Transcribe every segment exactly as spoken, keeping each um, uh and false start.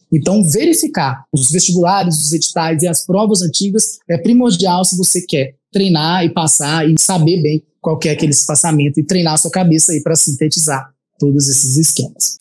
Então, verificar os vestibulares, os editais e as provas antigas é primordial se você quer treinar e passar e saber bem qual que é aquele espaçamento e treinar a sua cabeça aí para sintetizar todos esses esquemas.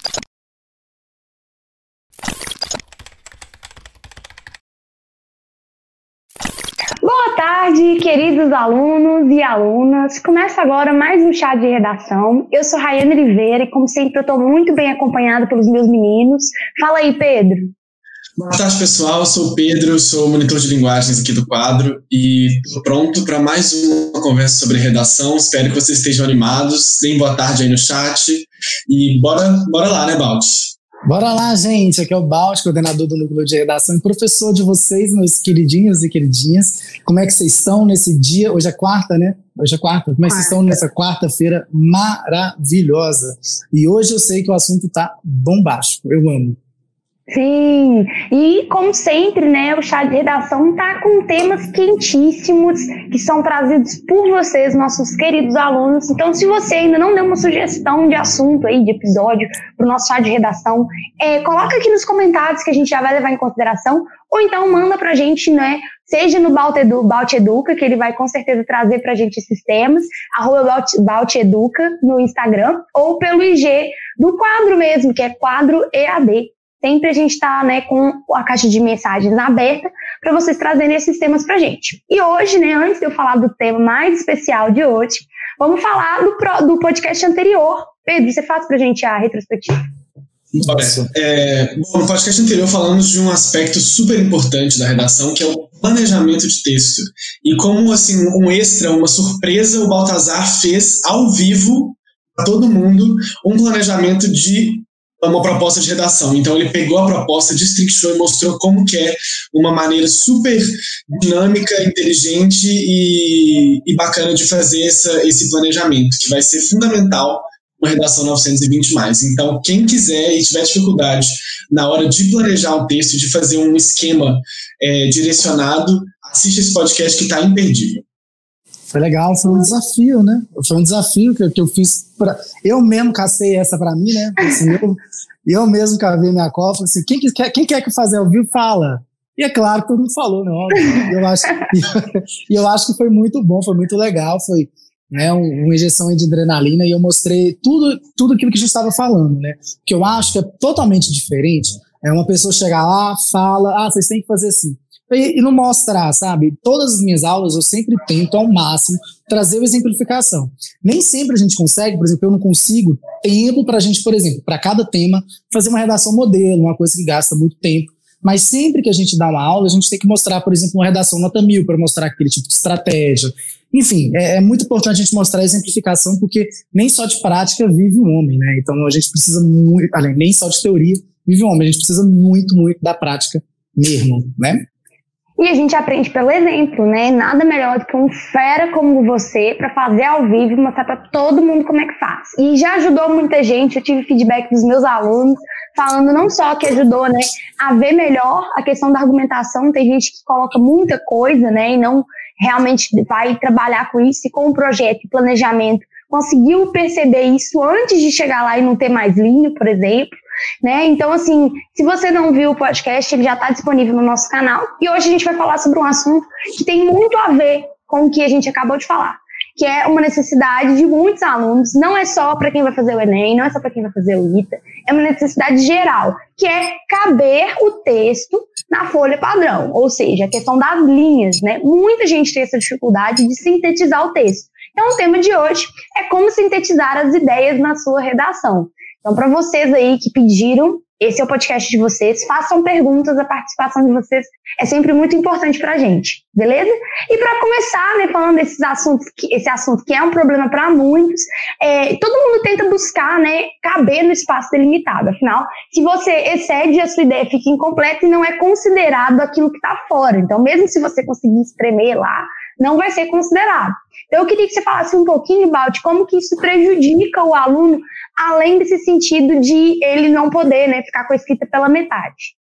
Boa tarde, queridos alunos e alunas. Começa agora mais um chá de redação. Eu sou Rayane Oliveira e, como sempre, eu estou muito bem acompanhada pelos meus meninos. Fala aí, Pedro. Boa tarde, pessoal. Eu sou o Pedro, sou monitor de linguagens aqui do quadro e estou pronto para mais uma conversa sobre redação. Espero que vocês estejam animados. Deem boa tarde aí no chat e bora, bora lá, né, Balti? Bora lá, gente. Aqui é o Balti, coordenador do Núcleo de Redação e professor de vocês, meus queridinhos e queridinhas. Como é que vocês estão nesse dia? Hoje é quarta, né? Hoje é quarta. Como é que vocês estão nessa quarta-feira maravilhosa? E hoje eu sei que o assunto tá bombástico. Eu amo. Sim, e como sempre, né, o chá de redação tá com temas quentíssimos que são trazidos por vocês, nossos queridos alunos. Então, se você ainda não deu uma sugestão de assunto aí, de episódio pro nosso chá de redação, é, coloca aqui nos comentários que a gente já vai levar em consideração, ou então manda pra gente, né, seja no Balti Educa, que ele vai com certeza trazer pra gente esses temas, arroba Balti Educa no Instagram, ou pelo I G do quadro mesmo, que é quadro E A D. Sempre a gente está, né, com a caixa de mensagens aberta para vocês trazerem esses temas para a gente. E hoje, né, antes de eu falar do tema mais especial de hoje, vamos falar do, pro, do podcast anterior. Pedro, você faz para a gente a retrospectiva? É, bom, no podcast anterior falamos de um aspecto super importante da redação, que é o planejamento de texto. E como, assim, um extra, uma surpresa, o Baltazar fez ao vivo para todo mundo um planejamento de uma proposta de redação. Então ele pegou a proposta, destrinchou e mostrou como que é uma maneira super dinâmica, inteligente e, e bacana de fazer essa, esse planejamento, que vai ser fundamental uma redação novecentos e vinte mais. Então, quem quiser e tiver dificuldade na hora de planejar um texto, de fazer um esquema é, direcionado, assiste esse podcast que está imperdível. Foi legal, foi um desafio, né? Foi um desafio que, que eu fiz para eu mesmo cacei essa para mim, né? Assim, eu, eu mesmo cavei minha copa, assim, quem, quer, quem quer que fazer ao vivo, fala. E é claro que todo mundo falou, né? Eu acho, e eu acho que foi muito bom, foi muito legal, foi, né, uma injeção de adrenalina e eu mostrei tudo, tudo aquilo que a gente estava falando, né? Que eu acho que é totalmente diferente. É uma pessoa chegar lá, fala, ah, vocês têm que fazer assim. E, e não mostrar, sabe? Todas as minhas aulas eu sempre tento ao máximo trazer a exemplificação. Nem sempre a gente consegue, por exemplo, eu não consigo tempo para a gente, por exemplo, para cada tema, fazer uma redação modelo, uma coisa que gasta muito tempo. Mas sempre que a gente dá uma aula, a gente tem que mostrar, por exemplo, uma redação nota mil para mostrar aquele tipo de estratégia. Enfim, é, é muito importante a gente mostrar a exemplificação, porque nem só de prática vive um homem, né? Então a gente precisa muito, além, nem só de teoria vive um homem, a gente precisa muito, muito da prática mesmo, né? E a gente aprende pelo exemplo, né? Nada melhor do que um fera como você para fazer ao vivo e mostrar para todo mundo como é que faz. E já ajudou muita gente, eu tive feedback dos meus alunos, falando não só que ajudou, né, a ver melhor a questão da argumentação, tem gente que coloca muita coisa, né, e não realmente vai trabalhar com isso, e com o projeto e planejamento conseguiu perceber isso antes de chegar lá e não ter mais linha, por exemplo. Né? Então, assim, se você não viu o podcast, ele já está disponível no nosso canal. E hoje a gente vai falar sobre um assunto que tem muito a ver com o que a gente acabou de falar, que é uma necessidade de muitos alunos. Não é só para quem vai fazer o Enem, não é só para quem vai fazer o ITA, é uma necessidade geral, que é caber o texto na folha padrão, ou seja, a questão das linhas, né? Muita gente tem essa dificuldade de sintetizar o texto. Então, o tema de hoje é como sintetizar as ideias na sua redação. Então, para vocês aí que pediram, esse é o podcast de vocês, façam perguntas, a participação de vocês é sempre muito importante para a gente, beleza? E para começar, né, falando desses assuntos, que, esse assunto que é um problema para muitos, é, todo mundo tenta buscar, né, caber no espaço delimitado. Afinal, se você excede, a sua ideia fica incompleta e não é considerado aquilo que está fora. Então, mesmo se você conseguir espremer lá, não vai ser considerado. Então, eu queria que você falasse um pouquinho, Balti, como que isso prejudica o aluno, além desse sentido de ele não poder, né, ficar com a escrita pela metade.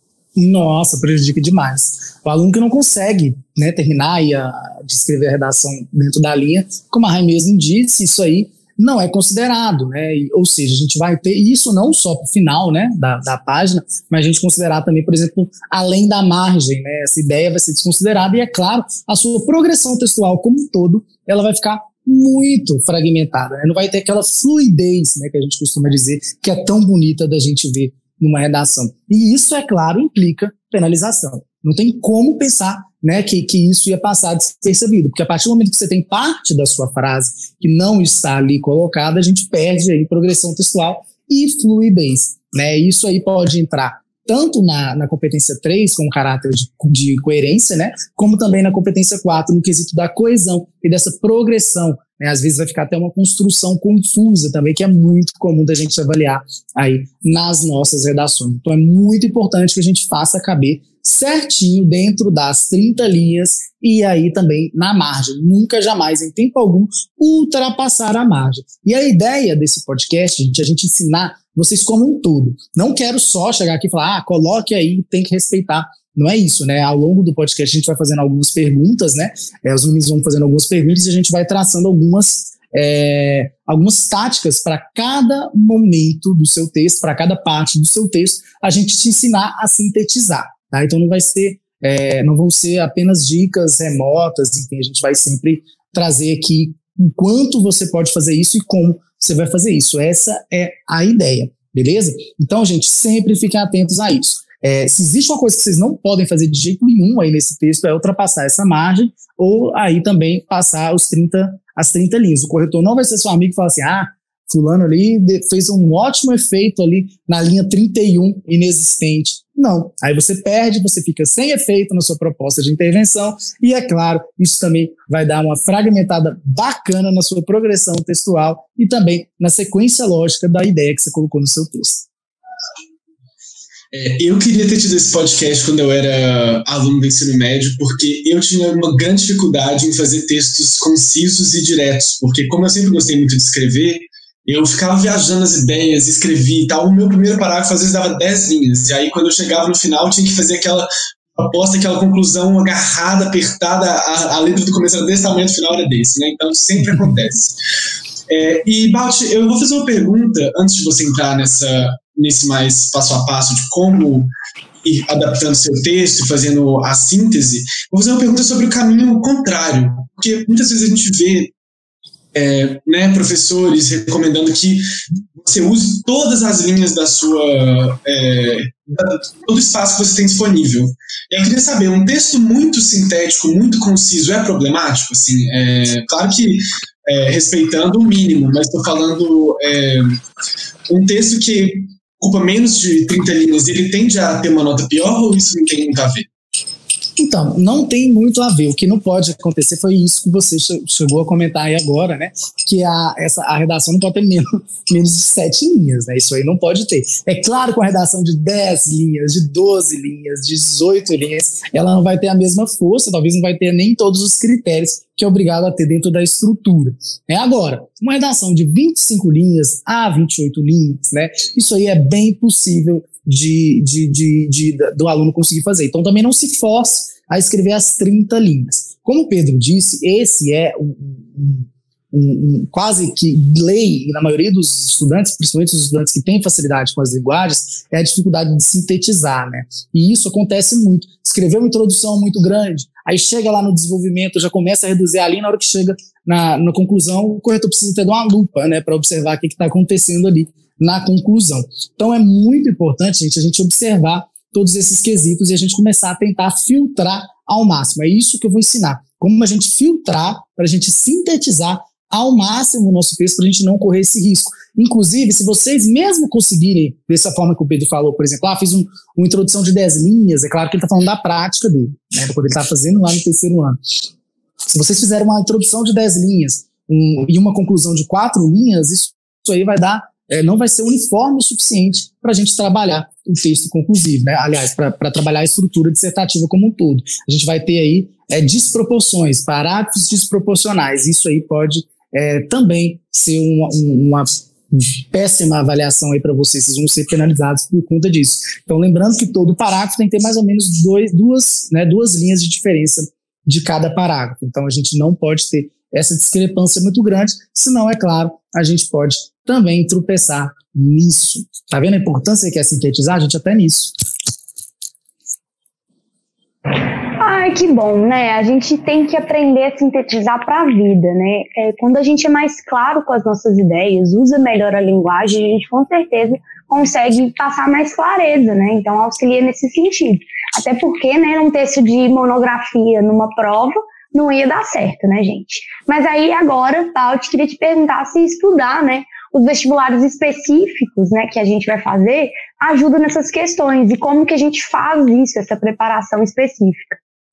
Nossa, prejudica demais. O aluno que não consegue, né, terminar e a, de escrever a redação dentro da linha, como a Rai mesmo disse, isso aí não é considerado, né? E, ou seja, a gente vai ter isso não só para o final, né, da, da página, mas a gente considerar também, por exemplo, além da margem, né? Essa ideia vai ser desconsiderada e, é claro, a sua progressão textual como um todo, ela vai ficar muito fragmentada, né? Não vai ter aquela fluidez, né, que a gente costuma dizer, que é tão bonita da gente ver numa redação. E isso, é claro, implica penalização. Não tem como pensar, né, que, que isso ia passar despercebido, porque a partir do momento que você tem parte da sua frase que não está ali colocada, a gente perde aí progressão textual e fluidez, né? Isso aí pode entrar tanto na, na competência três, com caráter de, de coerência, né, como também na competência quatro, no quesito da coesão e dessa progressão, né? Às vezes vai ficar até uma construção confusa também, que é muito comum da gente avaliar aí nas nossas redações. Então é muito importante que a gente faça caber certinho dentro das trinta linhas e aí também na margem. Nunca, jamais, em tempo algum, ultrapassar a margem. E a ideia desse podcast, gente, é a gente ensinar vocês como um todo. Não quero só chegar aqui e falar, ah, coloque aí, tem que respeitar. Não é isso, né? Ao longo do podcast a gente vai fazendo algumas perguntas, né? É, os meninos vão fazendo algumas perguntas e a gente vai traçando algumas, é, algumas táticas para cada momento do seu texto, para cada parte do seu texto, a gente te ensinar a sintetizar, tá? Então não vai ser, é, não vão ser apenas dicas remotas, enfim, a gente vai sempre trazer aqui o quanto você pode fazer isso e como você vai fazer isso. Essa é a ideia, beleza? Então, gente, sempre fiquem atentos a isso. É, se existe uma coisa que vocês não podem fazer de jeito nenhum aí nesse texto, é ultrapassar essa margem ou aí também passar os trinta, as trinta linhas. O corretor não vai ser seu amigo e falar assim, ah, fulano ali fez um ótimo efeito ali na linha trinta e um inexistente. Não, aí você perde, você fica sem efeito na sua proposta de intervenção e, é claro, isso também vai dar uma fragmentada bacana na sua progressão textual e também na sequência lógica da ideia que você colocou no seu texto. É, eu queria ter tido esse podcast quando eu era aluno do ensino médio, porque eu tinha uma grande dificuldade em fazer textos concisos e diretos, porque como eu sempre gostei muito de escrever, eu ficava viajando as ideias, escrevia e tal. O meu primeiro parágrafo às vezes dava dez linhas, e aí quando eu chegava no final eu tinha que fazer aquela proposta, aquela conclusão agarrada, apertada, a, a letra do começo era desse tamanho, no final era desse, né? Então sempre acontece. É, e, Balt, eu vou fazer uma pergunta antes de você entrar nessa, nesse mais passo a passo de como ir adaptando seu texto e fazendo a síntese. Vou fazer uma pergunta sobre o caminho contrário, porque muitas vezes a gente vê É, né, professores recomendando que você use todas as linhas da sua é, da, todo o espaço que você tem disponível. Eu queria saber, um texto muito sintético, muito conciso é problemático? Assim, é, claro que é, respeitando o mínimo, mas estou falando é, um texto que ocupa menos de trinta linhas, ele tende a ter uma nota pior ou isso não tem muito a ver? Então, não tem muito a ver. O que não pode acontecer foi isso que você chegou a comentar aí agora, né? Que a, essa, a redação não pode ter menos, menos de sete linhas, né? Isso aí não pode ter. É claro que uma redação de dez linhas, de doze linhas, de dezoito linhas, ela não vai ter a mesma força, talvez não vai ter nem todos os critérios que é obrigado a ter dentro da estrutura. É, agora, uma redação de vinte e cinco linhas a vinte e oito linhas, né? Isso aí é bem possível De, de, de, de, do aluno conseguir fazer. Então também não se force a escrever as trinta linhas. Como o Pedro disse, esse é um, um, um, um quase que lei na maioria dos estudantes, principalmente os estudantes que têm facilidade com as linguagens, é a dificuldade de sintetizar, né? E isso acontece muito. Escrever uma introdução muito grande, aí chega lá no desenvolvimento, já começa a reduzir a linha, na hora que chega na, na conclusão, o corretor precisa ter uma lupa, né, para observar o que está acontecendo ali na conclusão. Então é muito importante, gente, a gente observar todos esses quesitos e a gente começar a tentar filtrar ao máximo. É isso que eu vou ensinar. Como a gente filtrar para a gente sintetizar ao máximo o nosso texto para a gente não correr esse risco. Inclusive, se vocês mesmo conseguirem, dessa forma que o Pedro falou, por exemplo, ah, fiz um, uma introdução de dez linhas, é claro que ele está falando da prática dele, né, quando ele está fazendo lá no terceiro ano. Se vocês fizerem uma introdução de dez linhas um, e uma conclusão de quatro linhas, isso, isso aí vai dar É, não vai ser uniforme o suficiente para a gente trabalhar o texto conclusivo, né? Aliás, para trabalhar a estrutura dissertativa como um todo. A gente vai ter aí é, desproporções, parágrafos desproporcionais. Isso aí pode é, também ser uma, uma péssima avaliação aí para vocês. Vocês vão ser penalizados por conta disso. Então, lembrando que todo parágrafo tem que ter mais ou menos dois, duas, né, duas linhas de diferença de cada parágrafo. Então, a gente não pode ter essa discrepância muito grande, senão, é claro, a gente pode também tropeçar nisso. Tá vendo a importância que é sintetizar? A gente até nisso. Ai, que bom, né? A gente tem que aprender a sintetizar para a vida, né? É, quando a gente é mais claro com as nossas ideias, usa melhor a linguagem, a gente com certeza consegue passar mais clareza, né? Então, auxilia nesse sentido. Até porque, né, um texto de monografia numa prova não ia dar certo, né, gente? Mas aí, agora, tá, eu te queria te perguntar se estudar, né, os vestibulares específicos, né, que a gente vai fazer, ajuda nessas questões. E como que a gente faz isso, essa preparação específica?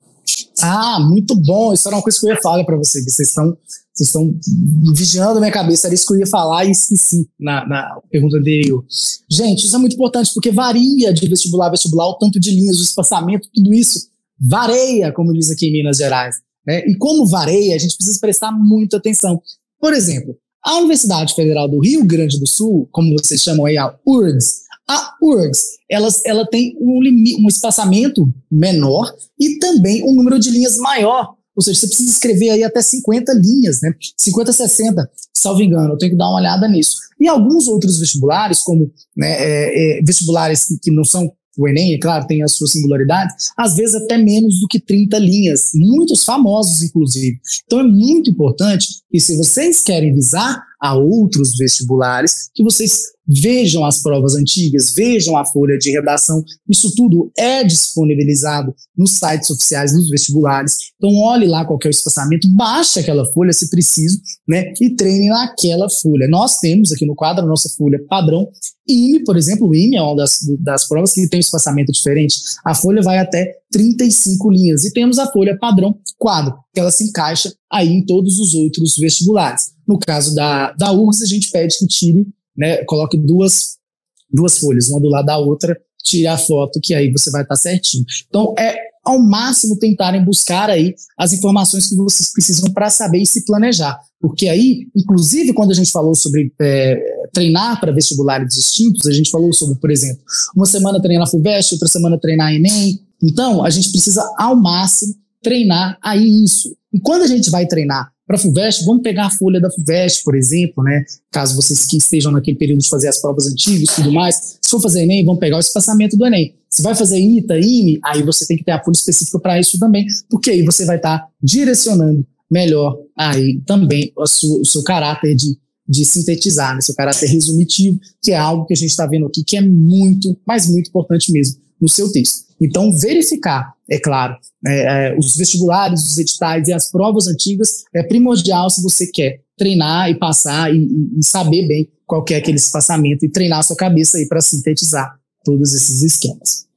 Ah, muito bom. Isso era uma coisa que eu ia falar para vocês. Vocês estão, vocês estão vigiando a minha cabeça. Era isso que eu ia falar e esqueci na, na pergunta anterior. Gente, isso é muito importante porque varia de vestibular a vestibular, o tanto de linhas, o espaçamento, tudo isso varia, como diz aqui em Minas Gerais, né? E como varia, a gente precisa prestar muita atenção. Por exemplo, a Universidade Federal do Rio Grande do Sul, como vocês chamam aí, a U R G S, a U R G S, ela, ela tem um, limite, um espaçamento menor e também um número de linhas maior. Ou seja, você precisa escrever aí até cinquenta linhas, né? cinquenta, sessenta, salvo engano, eu tenho que dar uma olhada nisso. E alguns outros vestibulares, como né, é, é, vestibulares que, que não são o Enem, é claro, tem as suas singularidades, às vezes até menos do que trinta linhas, muitos famosos, inclusive. Então é muito importante que, se vocês querem visar a outros vestibulares, que vocês vejam as provas antigas, vejam a folha de redação. Isso tudo é disponibilizado nos sites oficiais dos vestibulares. Então olhe lá qual que é o espaçamento, baixe aquela folha se preciso, né, e treine naquela folha. Nós temos aqui no quadro a nossa folha padrão. I M E, por exemplo, o I M E é uma das, das provas que tem um espaçamento diferente. A folha vai até trinta e cinco linhas. E temos a folha padrão quadro, que ela se encaixa aí em todos os outros vestibulares. No caso da, da U R G S, a gente pede que tire, né, coloque duas, duas folhas, uma do lado da outra, tire a foto, que aí você vai estar certinho. Então, é ao máximo tentarem buscar aí as informações que vocês precisam para saber e se planejar. Porque aí, inclusive, quando a gente falou sobre é, treinar para vestibulares distintos, a gente falou sobre, por exemplo, uma semana treinar FUVEST, outra semana treinar Enem. Então, a gente precisa, ao máximo, treinar aí isso. E quando a gente vai treinar para FUVEST, vamos pegar a folha da FUVEST, por exemplo, né? Caso vocês que estejam naquele período de fazer as provas antigas e tudo mais. Se for fazer Enem, vamos pegar o espaçamento do Enem. Se vai fazer I T A, I M E, aí você tem que ter a folha específica para isso também, porque aí você vai estar tá direcionando melhor aí também o seu, o seu caráter de, de sintetizar, né? Seu caráter resumitivo, que é algo que a gente está vendo aqui, que é muito, mas muito importante mesmo no seu texto. Então, verificar, é claro, é, é, os vestibulares, os editais e as provas antigas é primordial se você quer treinar e passar e, e, e saber bem qual que é aquele espaçamento e treinar a sua cabeça aí para sintetizar todos esses esquemas.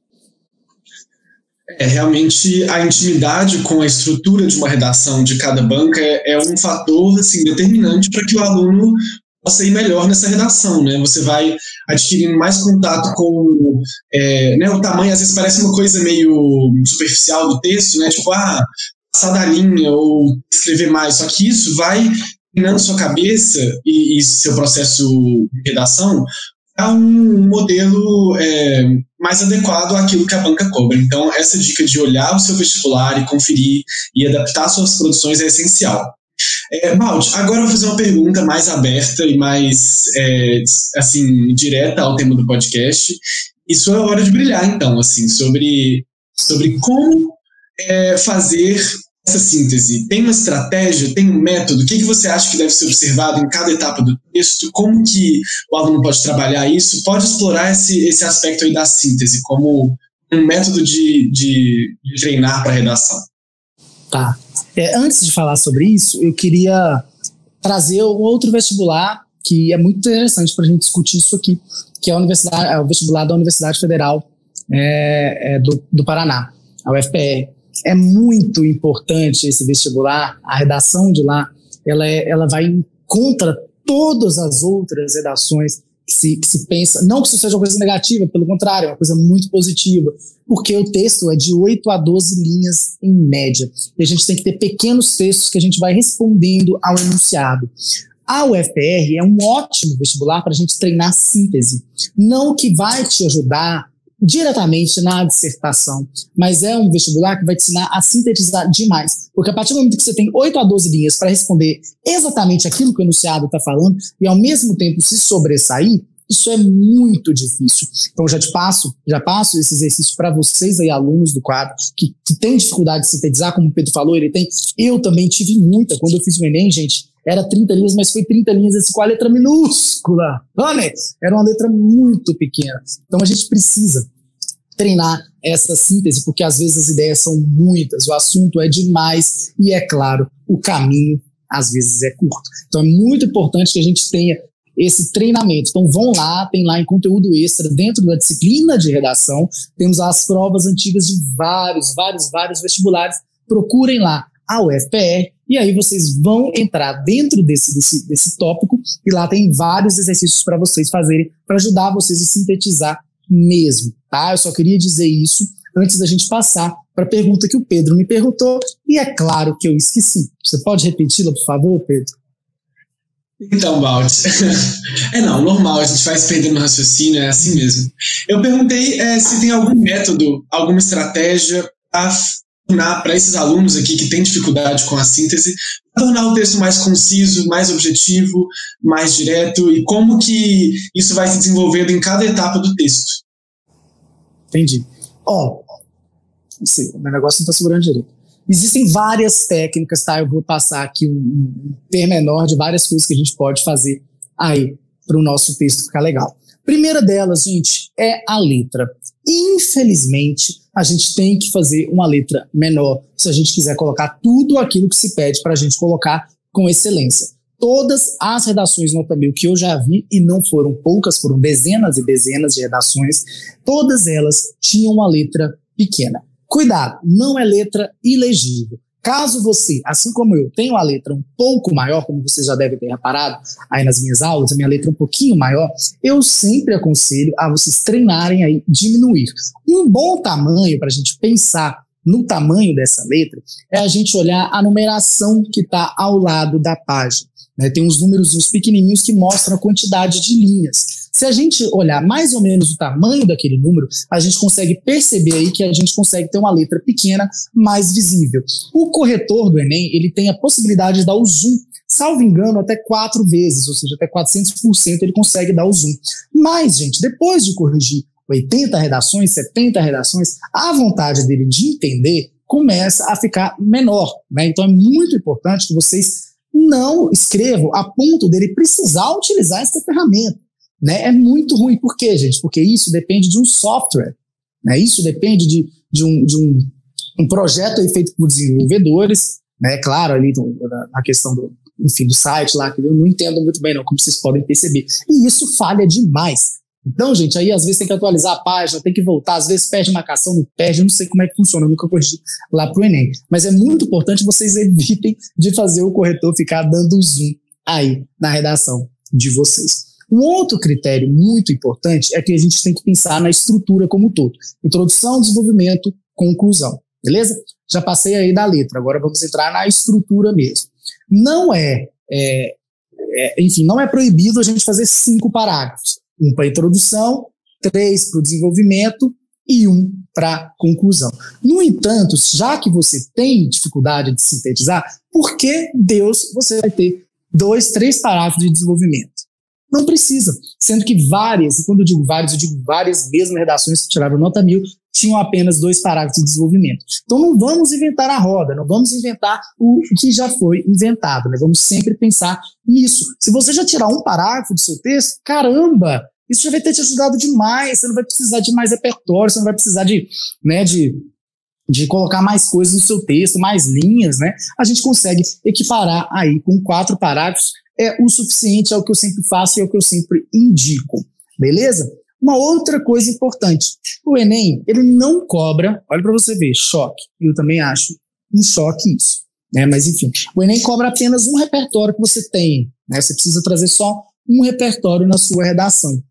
É, realmente a intimidade com a estrutura de uma redação de cada banca é, é um fator assim, determinante para que o aluno possa ir melhor nessa redação, né? Você vai adquirindo mais contato com é, né, o tamanho, às vezes parece uma coisa meio superficial do texto, né? Tipo, ah, passar da linha ou escrever mais, só que isso vai treinando sua cabeça e, e seu processo de redação a um modelo é, mais adequado àquilo que a banca cobra. Então, essa dica de olhar o seu vestibular e conferir e adaptar suas produções é essencial. É, Malte, agora eu vou fazer uma pergunta mais aberta e mais é, assim, direta ao tema do podcast. E sua é hora de brilhar, então, assim, sobre, sobre como é, fazer essa síntese. Tem uma estratégia, tem um método? O que, que você acha que deve ser observado em cada etapa do texto? Como que o aluno pode trabalhar isso? Pode explorar esse, esse aspecto aí da síntese como um método de, de, de treinar para a redação. Tá. É, antes de falar sobre isso, eu queria trazer um outro vestibular que é muito interessante para a gente discutir isso aqui, que é, a universidade, é o vestibular da Universidade Federal é, é do, do Paraná, a U F P R. É muito importante esse vestibular, a redação de lá, ela, é, ela vai contra todas as outras redações que se, que se pensa, não que isso seja uma coisa negativa, pelo contrário, é uma coisa muito positiva, porque o texto é de oito a doze linhas em média, e a gente tem que ter pequenos textos que a gente vai respondendo ao enunciado. A U F P R é um ótimo vestibular para a gente treinar síntese, não que vai te ajudar diretamente na dissertação, mas é um vestibular que vai te ensinar a sintetizar demais, porque a partir do momento que você tem oito a doze linhas para responder exatamente aquilo que o enunciado está falando e ao mesmo tempo se sobressair, isso é muito difícil. Então já te passo, já passo esse exercício para vocês aí, alunos do quadro, que, que têm dificuldade de sintetizar, como o Pedro falou, ele tem, eu também tive muita, quando eu fiz o Enem, gente, era trinta linhas, mas foi trinta linhas assim, com a letra minúscula. Olha, era uma letra muito pequena. Então a gente precisa treinar essa síntese, porque às vezes as ideias são muitas, o assunto é demais e, é claro, o caminho às vezes é curto. Então é muito importante que a gente tenha esse treinamento. Então vão lá, tem lá em conteúdo extra, dentro da disciplina de redação, temos lá as provas antigas de vários, vários, vários vestibulares. Procurem lá a U F P R, e aí vocês vão entrar dentro desse, desse, desse tópico, e lá tem vários exercícios para vocês fazerem, para ajudar vocês a sintetizar mesmo, tá? Eu só queria dizer isso antes da gente passar para a pergunta que o Pedro me perguntou, e é claro que eu esqueci. Você pode repeti-la, por favor, Pedro? Então, Baldi, é não, normal, a gente vai se perdendo no raciocínio, é assim mesmo. Eu perguntei é, se tem algum método, alguma estratégia para para esses alunos aqui que têm dificuldade com a síntese, tornar o texto mais conciso, mais objetivo, mais direto, e como que isso vai se desenvolvendo em cada etapa do texto. Entendi. Ó, oh, não sei, o meu negócio não está segurando direito. Existem várias técnicas, tá? Eu vou passar aqui um, um pormenor de várias coisas que a gente pode fazer aí para o nosso texto ficar legal. Primeira delas, gente, é a letra. Infelizmente, a gente tem que fazer uma letra menor se a gente quiser colocar tudo aquilo que se pede para a gente colocar com excelência. Todas as redações nota mil que eu já vi, e não foram poucas, foram dezenas e dezenas de redações, todas elas tinham uma letra pequena. Cuidado, não é letra ilegível. Caso você, assim como eu, tenha uma letra um pouco maior, como vocês já devem ter reparado aí nas minhas aulas, a minha letra um pouquinho maior, eu sempre aconselho a vocês treinarem aí, diminuir. Um bom tamanho para a gente pensar no tamanho dessa letra é a gente olhar a numeração que está ao lado da página. Né? Tem uns números pequenininhos que mostram a quantidade de linhas. Se a gente olhar mais ou menos o tamanho daquele número, a gente consegue perceber aí que a gente consegue ter uma letra pequena, mais visível. O corretor do Enem, ele tem a possibilidade de dar o zoom, salvo engano, até quatro vezes, ou seja, até quatrocentos por cento ele consegue dar o zoom. Mas, gente, depois de corrigir oitenta redações, setenta redações, a vontade dele de entender começa a ficar menor, né? Então é muito importante que vocês não escrevam a ponto dele precisar utilizar essa ferramenta. Né? É muito ruim. Por quê, gente? Porque isso depende de um software. Né? Isso depende de, de, um, de um, um projeto aí feito por desenvolvedores, né? Claro, ali na questão do, enfim, do site lá, que eu não entendo muito bem, não, como vocês podem perceber. E isso falha demais. Então, gente, aí às vezes tem que atualizar a página, tem que voltar, às vezes perde marcação, não perde, eu não sei como é que funciona, eu nunca corrigi lá pro Enem. Mas é muito importante vocês evitem de fazer o corretor ficar dando zoom aí na redação de vocês. Um outro critério muito importante é que a gente tem que pensar na estrutura como um todo. Introdução, desenvolvimento, conclusão. Beleza? Já passei aí da letra, agora vamos entrar na estrutura mesmo. Não é, é, é enfim, não é proibido a gente fazer cinco parágrafos. Um para introdução, três para o desenvolvimento e um para conclusão. No entanto, já que você tem dificuldade de sintetizar, por que Deus você vai ter dois, três parágrafos de desenvolvimento? Não precisa, sendo que várias, e quando eu digo várias, eu digo várias mesmo redações que tiraram nota mil, tinham apenas dois parágrafos de desenvolvimento. Então não vamos inventar a roda, não vamos inventar o que já foi inventado, né? Vamos sempre pensar nisso. Se você já tirar um parágrafo do seu texto, caramba, isso já vai ter te ajudado demais, você não vai precisar de mais repertório, você não vai precisar de, né, de, de colocar mais coisas no seu texto, mais linhas, né? A gente consegue equiparar aí com quatro parágrafos, é o suficiente, é o que eu sempre faço e é o que eu sempre indico, beleza? Uma outra coisa importante, o Enem, ele não cobra, olha para você ver, choque, eu também acho um choque isso, né? Mas enfim, o Enem cobra apenas um repertório que você tem, né? Você precisa trazer só um repertório na sua redação.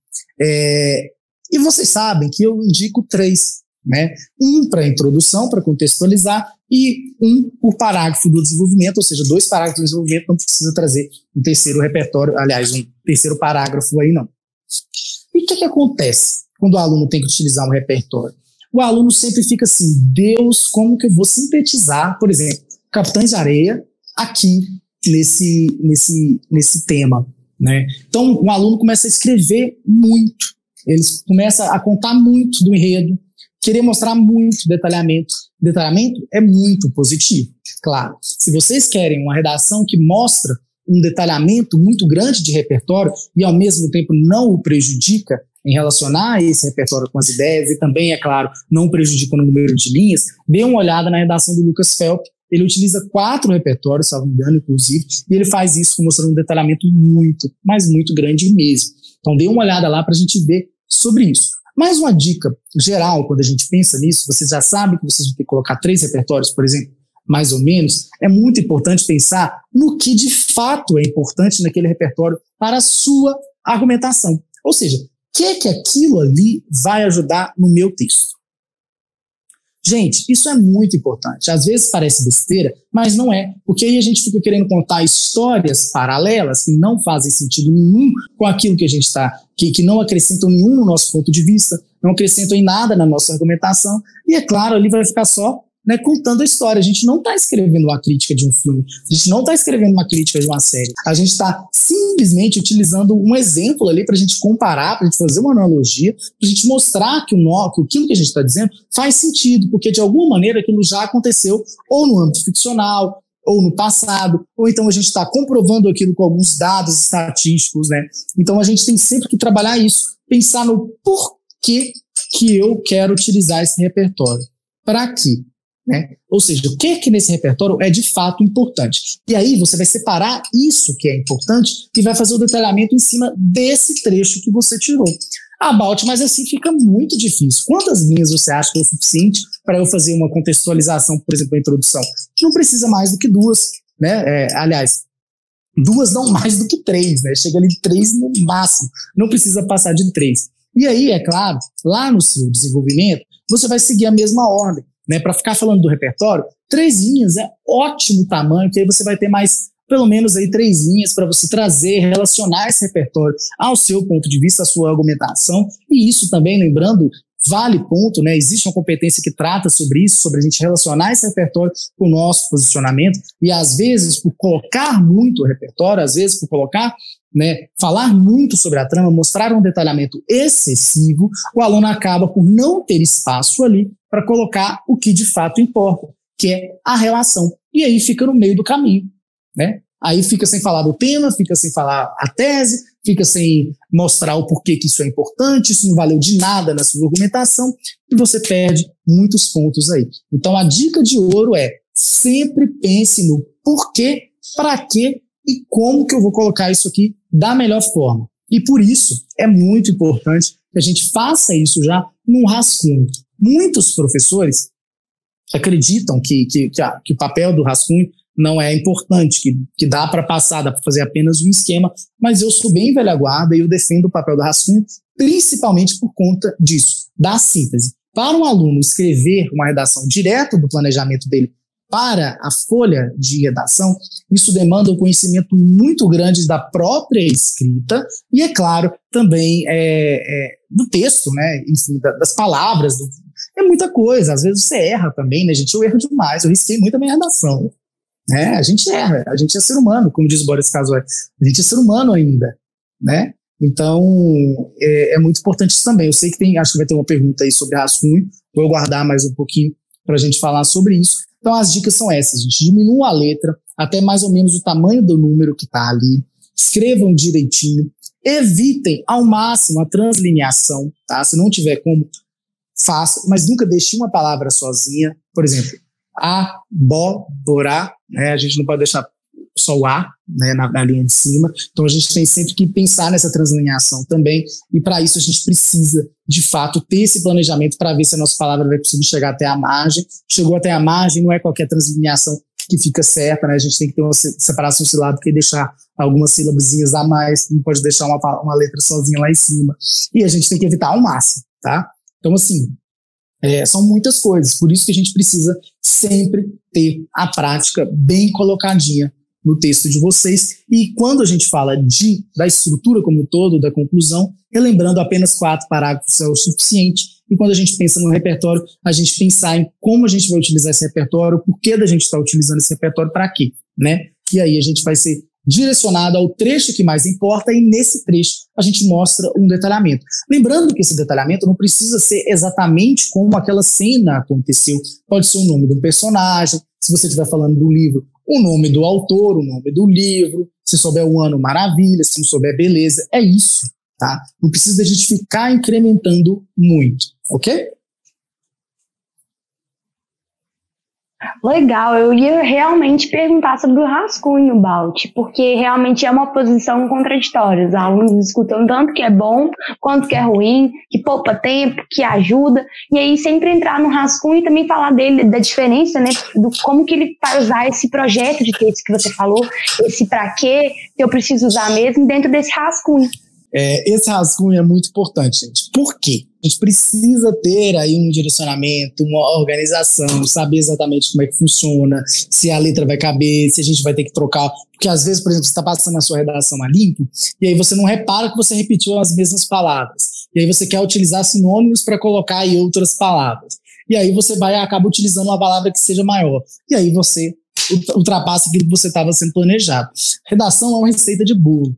É, e vocês sabem que eu indico três, né? Um para introdução, para contextualizar, e um por parágrafo do desenvolvimento, ou seja, dois parágrafos do desenvolvimento, não precisa trazer um terceiro repertório, aliás, um terceiro parágrafo aí não. E o que que acontece? quando o aluno tem que utilizar um repertório? O aluno sempre fica assim, Deus, como que eu vou sintetizar, por exemplo, Capitães de Areia aqui nesse, nesse, nesse tema, né? Então, o aluno começa a escrever muito, ele começa a contar muito do enredo, querer mostrar muito detalhamento. Detalhamento é muito positivo, claro. Se vocês querem uma redação que mostra um detalhamento muito grande de repertório e, ao mesmo tempo, não o prejudica em relacionar esse repertório com as ideias e também, é claro, não prejudica no número de linhas, dê uma olhada na redação do Lucas Felp. Ele utiliza quatro repertórios, se não me engano, inclusive, e ele faz isso mostrando um detalhamento muito, mas muito grande mesmo. Então, dê uma olhada lá para a gente ver sobre isso. Mais uma dica geral, quando a gente pensa nisso, vocês já sabem que vocês vão ter que colocar três repertórios, por exemplo, mais ou menos. É muito importante pensar no que de fato é importante naquele repertório para a sua argumentação. Ou seja, o que é que aquilo ali vai ajudar no meu texto? Gente, isso é muito importante. Às vezes parece besteira, mas não é. Porque aí a gente fica querendo contar histórias paralelas que não fazem sentido nenhum com aquilo que a gente está, que, que não acrescentam nenhum no nosso ponto de vista, não acrescentam em nada na nossa argumentação. E é claro, ali vai ficar só, né, contando a história. A gente não está escrevendo uma crítica de um filme, a gente não está escrevendo uma crítica de uma série. A gente está simplesmente utilizando um exemplo ali para a gente comparar, para a gente fazer uma analogia, para a gente mostrar que, o no, que aquilo que a gente está dizendo faz sentido, porque de alguma maneira aquilo já aconteceu ou no âmbito ficcional, ou no passado, ou então a gente está comprovando aquilo com alguns dados estatísticos, né? Então a gente tem sempre que trabalhar isso, pensar no porquê que eu quero utilizar esse repertório. Para quê? Né? Ou seja, o que é que nesse repertório é de fato importante. E aí você vai separar isso que é importante e vai fazer o detalhamento em cima desse trecho que você tirou. Ah, Balt, mas assim fica muito difícil. Quantas linhas você acha que é o suficiente para eu fazer uma contextualização, por exemplo, a introdução? Não precisa mais do que duas, né? É, aliás, duas não mais do que três, né? Chega ali de três no máximo, não precisa passar de três. E aí, é claro, lá no seu desenvolvimento, você vai seguir a mesma ordem. Né, para ficar falando do repertório, três linhas é ótimo tamanho, que aí você vai ter mais, pelo menos aí três linhas para você trazer, relacionar esse repertório ao seu ponto de vista, à sua argumentação, e isso também, lembrando, vale ponto, né, existe uma competência que trata sobre isso, sobre a gente relacionar esse repertório com o nosso posicionamento, e às vezes por colocar muito o repertório, às vezes por colocar, né, falar muito sobre a trama, mostrar um detalhamento excessivo, o aluno acaba por não ter espaço ali para colocar o que de fato importa, que é a relação. E aí fica no meio do caminho, né? Aí fica sem falar do tema, fica sem falar a tese, fica sem mostrar o porquê que isso é importante, isso não valeu de nada na sua argumentação, e você perde muitos pontos aí. Então a dica de ouro é sempre pense no porquê, para quê e como que eu vou colocar isso aqui da melhor forma. E por isso é muito importante que a gente faça isso já num rascunho. Muitos professores acreditam que, que, que, a, que o papel do rascunho não é importante, que, que dá para passar, dá para fazer apenas um esquema, mas eu sou bem velha guarda e eu defendo o papel do rascunho principalmente por conta disso, da síntese. Para um aluno escrever uma redação direto do planejamento dele para a folha de redação, isso demanda um conhecimento muito grande da própria escrita e, é claro, também é, é, do texto, né? Enfim, das palavras, do, é muita coisa. Às vezes você erra também, né, gente? Eu erro demais, eu risquei muito a minha redação. Né? A gente erra, a gente é ser humano, como diz o Boris Casoy, a gente é ser humano ainda, né? Então, é, é muito importante isso também. Eu sei que tem, acho que vai ter uma pergunta aí sobre rascunho, vou guardar mais um pouquinho para a gente falar sobre isso. Então, as dicas são essas, gente. Diminua a letra até mais ou menos o tamanho do número que está ali. Escrevam direitinho. Evitem ao máximo a translineação, tá? Se não tiver como, faça, mas nunca deixe uma palavra sozinha. Por exemplo, abóbora, né? A gente não pode deixar só o A, né, na, na linha de cima. Então, a gente tem sempre que pensar nessa translineação também. E, para isso, a gente precisa, de fato, ter esse planejamento para ver se a nossa palavra vai conseguir chegar até a margem. Chegou até a margem, não é qualquer translineação que fica certa, né? A gente tem que ter uma separação silábica e deixar algumas sílabazinhas a mais, não pode deixar uma, uma letra sozinha lá em cima. E a gente tem que evitar ao máximo, tá? Então, assim, é, são muitas coisas. Por isso que a gente precisa sempre ter a prática bem colocadinha no texto de vocês. E quando a gente fala de, da estrutura como um todo, da conclusão, relembrando apenas quatro parágrafos é o suficiente. E quando a gente pensa no repertório, a gente pensar em como a gente vai utilizar esse repertório, o porquê da gente estar utilizando esse repertório, para quê, né? E aí a gente vai ser direcionado ao trecho que mais importa, e nesse trecho a gente mostra um detalhamento. Lembrando que esse detalhamento não precisa ser exatamente como aquela cena aconteceu. Pode ser o nome do personagem, se você estiver falando do livro, o nome do autor, o nome do livro, se souber o ano, maravilha, se não souber, beleza, é isso, tá? Não precisa da gente ficar incrementando muito, ok? Legal, eu ia realmente perguntar sobre o rascunho, Balt, porque realmente é uma posição contraditória. Os alunos escutam tanto que é bom, quanto que é ruim, que poupa tempo, que ajuda, e aí sempre entrar no rascunho e também falar dele, da diferença, né, do como que ele vai usar esse projeto de texto que você falou, esse pra quê, que eu preciso usar mesmo dentro desse rascunho. É, esse rascunho é muito importante, gente. Por quê? A gente precisa ter aí um direcionamento, uma organização, saber exatamente como é que funciona, se a letra vai caber, se a gente vai ter que trocar. Porque às vezes, por exemplo, você está passando a sua redação a limpo e aí você não repara que você repetiu as mesmas palavras. E aí você quer utilizar sinônimos para colocar aí outras palavras. E aí você vai acaba utilizando uma palavra que seja maior. E aí você ultrapassa aquilo que você estava sendo planejado. Redação é uma receita de bolo.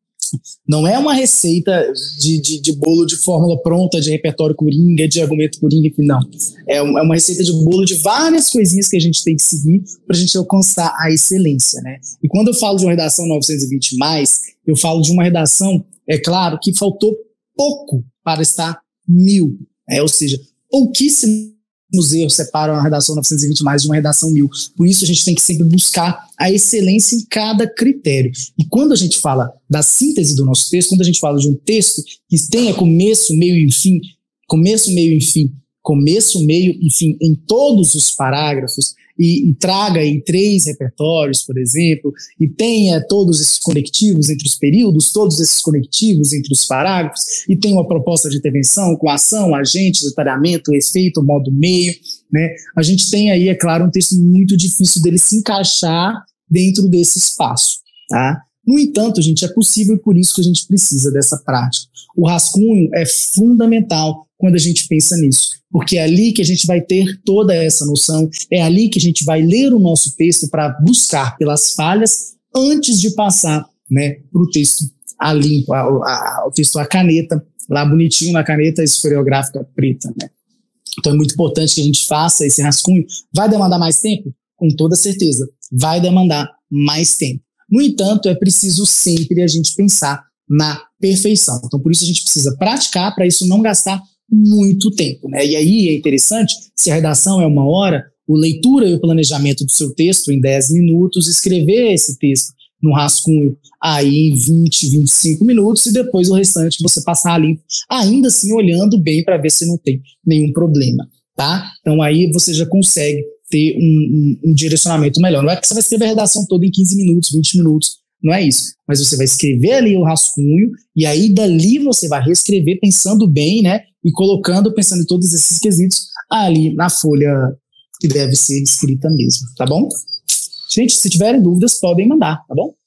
Não é uma receita de, de, de bolo de fórmula pronta, de repertório coringa, de argumento coringa, não. É uma receita de bolo de várias coisinhas que a gente tem que seguir para a gente alcançar a excelência, né? E quando eu falo de uma redação novecentos e vinte mais, eu falo de uma redação, é claro, que faltou pouco para estar mil, né? Ou seja, pouquíssimo os erros separam a redação novecentos e vinte mais de uma redação mil. Por isso a gente tem que sempre buscar a excelência em cada critério. E quando a gente fala da síntese do nosso texto, quando a gente fala de um texto que tenha começo, meio e fim, começo, meio e fim, começo, meio e fim em todos os parágrafos, e, e traga aí três repertórios, por exemplo, e tenha todos esses conectivos entre os períodos, todos esses conectivos entre os parágrafos, e tenha uma proposta de intervenção com ação, agente, detalhamento, efeito, modo meio, né? A gente tem aí, é claro, um texto muito difícil dele se encaixar dentro desse espaço, tá? No entanto, gente, é possível e por isso que a gente precisa dessa prática. O rascunho é fundamental quando a gente pensa nisso, porque é ali que a gente vai ter toda essa noção, é ali que a gente vai ler o nosso texto para buscar pelas falhas antes de passar, né, para o texto a limpo, a, a, o texto a caneta, lá bonitinho na caneta esferográfica preta, né. Então é muito importante que a gente faça esse rascunho. Vai demandar mais tempo? Com toda certeza, vai demandar mais tempo. No entanto, é preciso sempre a gente pensar na perfeição. Então, por isso a gente precisa praticar para isso não gastar muito tempo, né? E aí é interessante, se a redação é uma hora, o leitura e o planejamento do seu texto em dez minutos, escrever esse texto no rascunho aí em vinte, vinte e cinco minutos e depois o restante você passar ali, ainda assim olhando bem para ver se não tem nenhum problema, tá? Então aí você já consegue ter um, um, um direcionamento melhor. Não é que você vai escrever a redação toda em quinze minutos, vinte minutos, não é isso. Mas você vai escrever ali o rascunho e aí dali você vai reescrever pensando bem, né? E colocando, pensando em todos esses quesitos ali na folha que deve ser escrita mesmo, tá bom? Gente, se tiverem dúvidas, podem mandar, tá bom?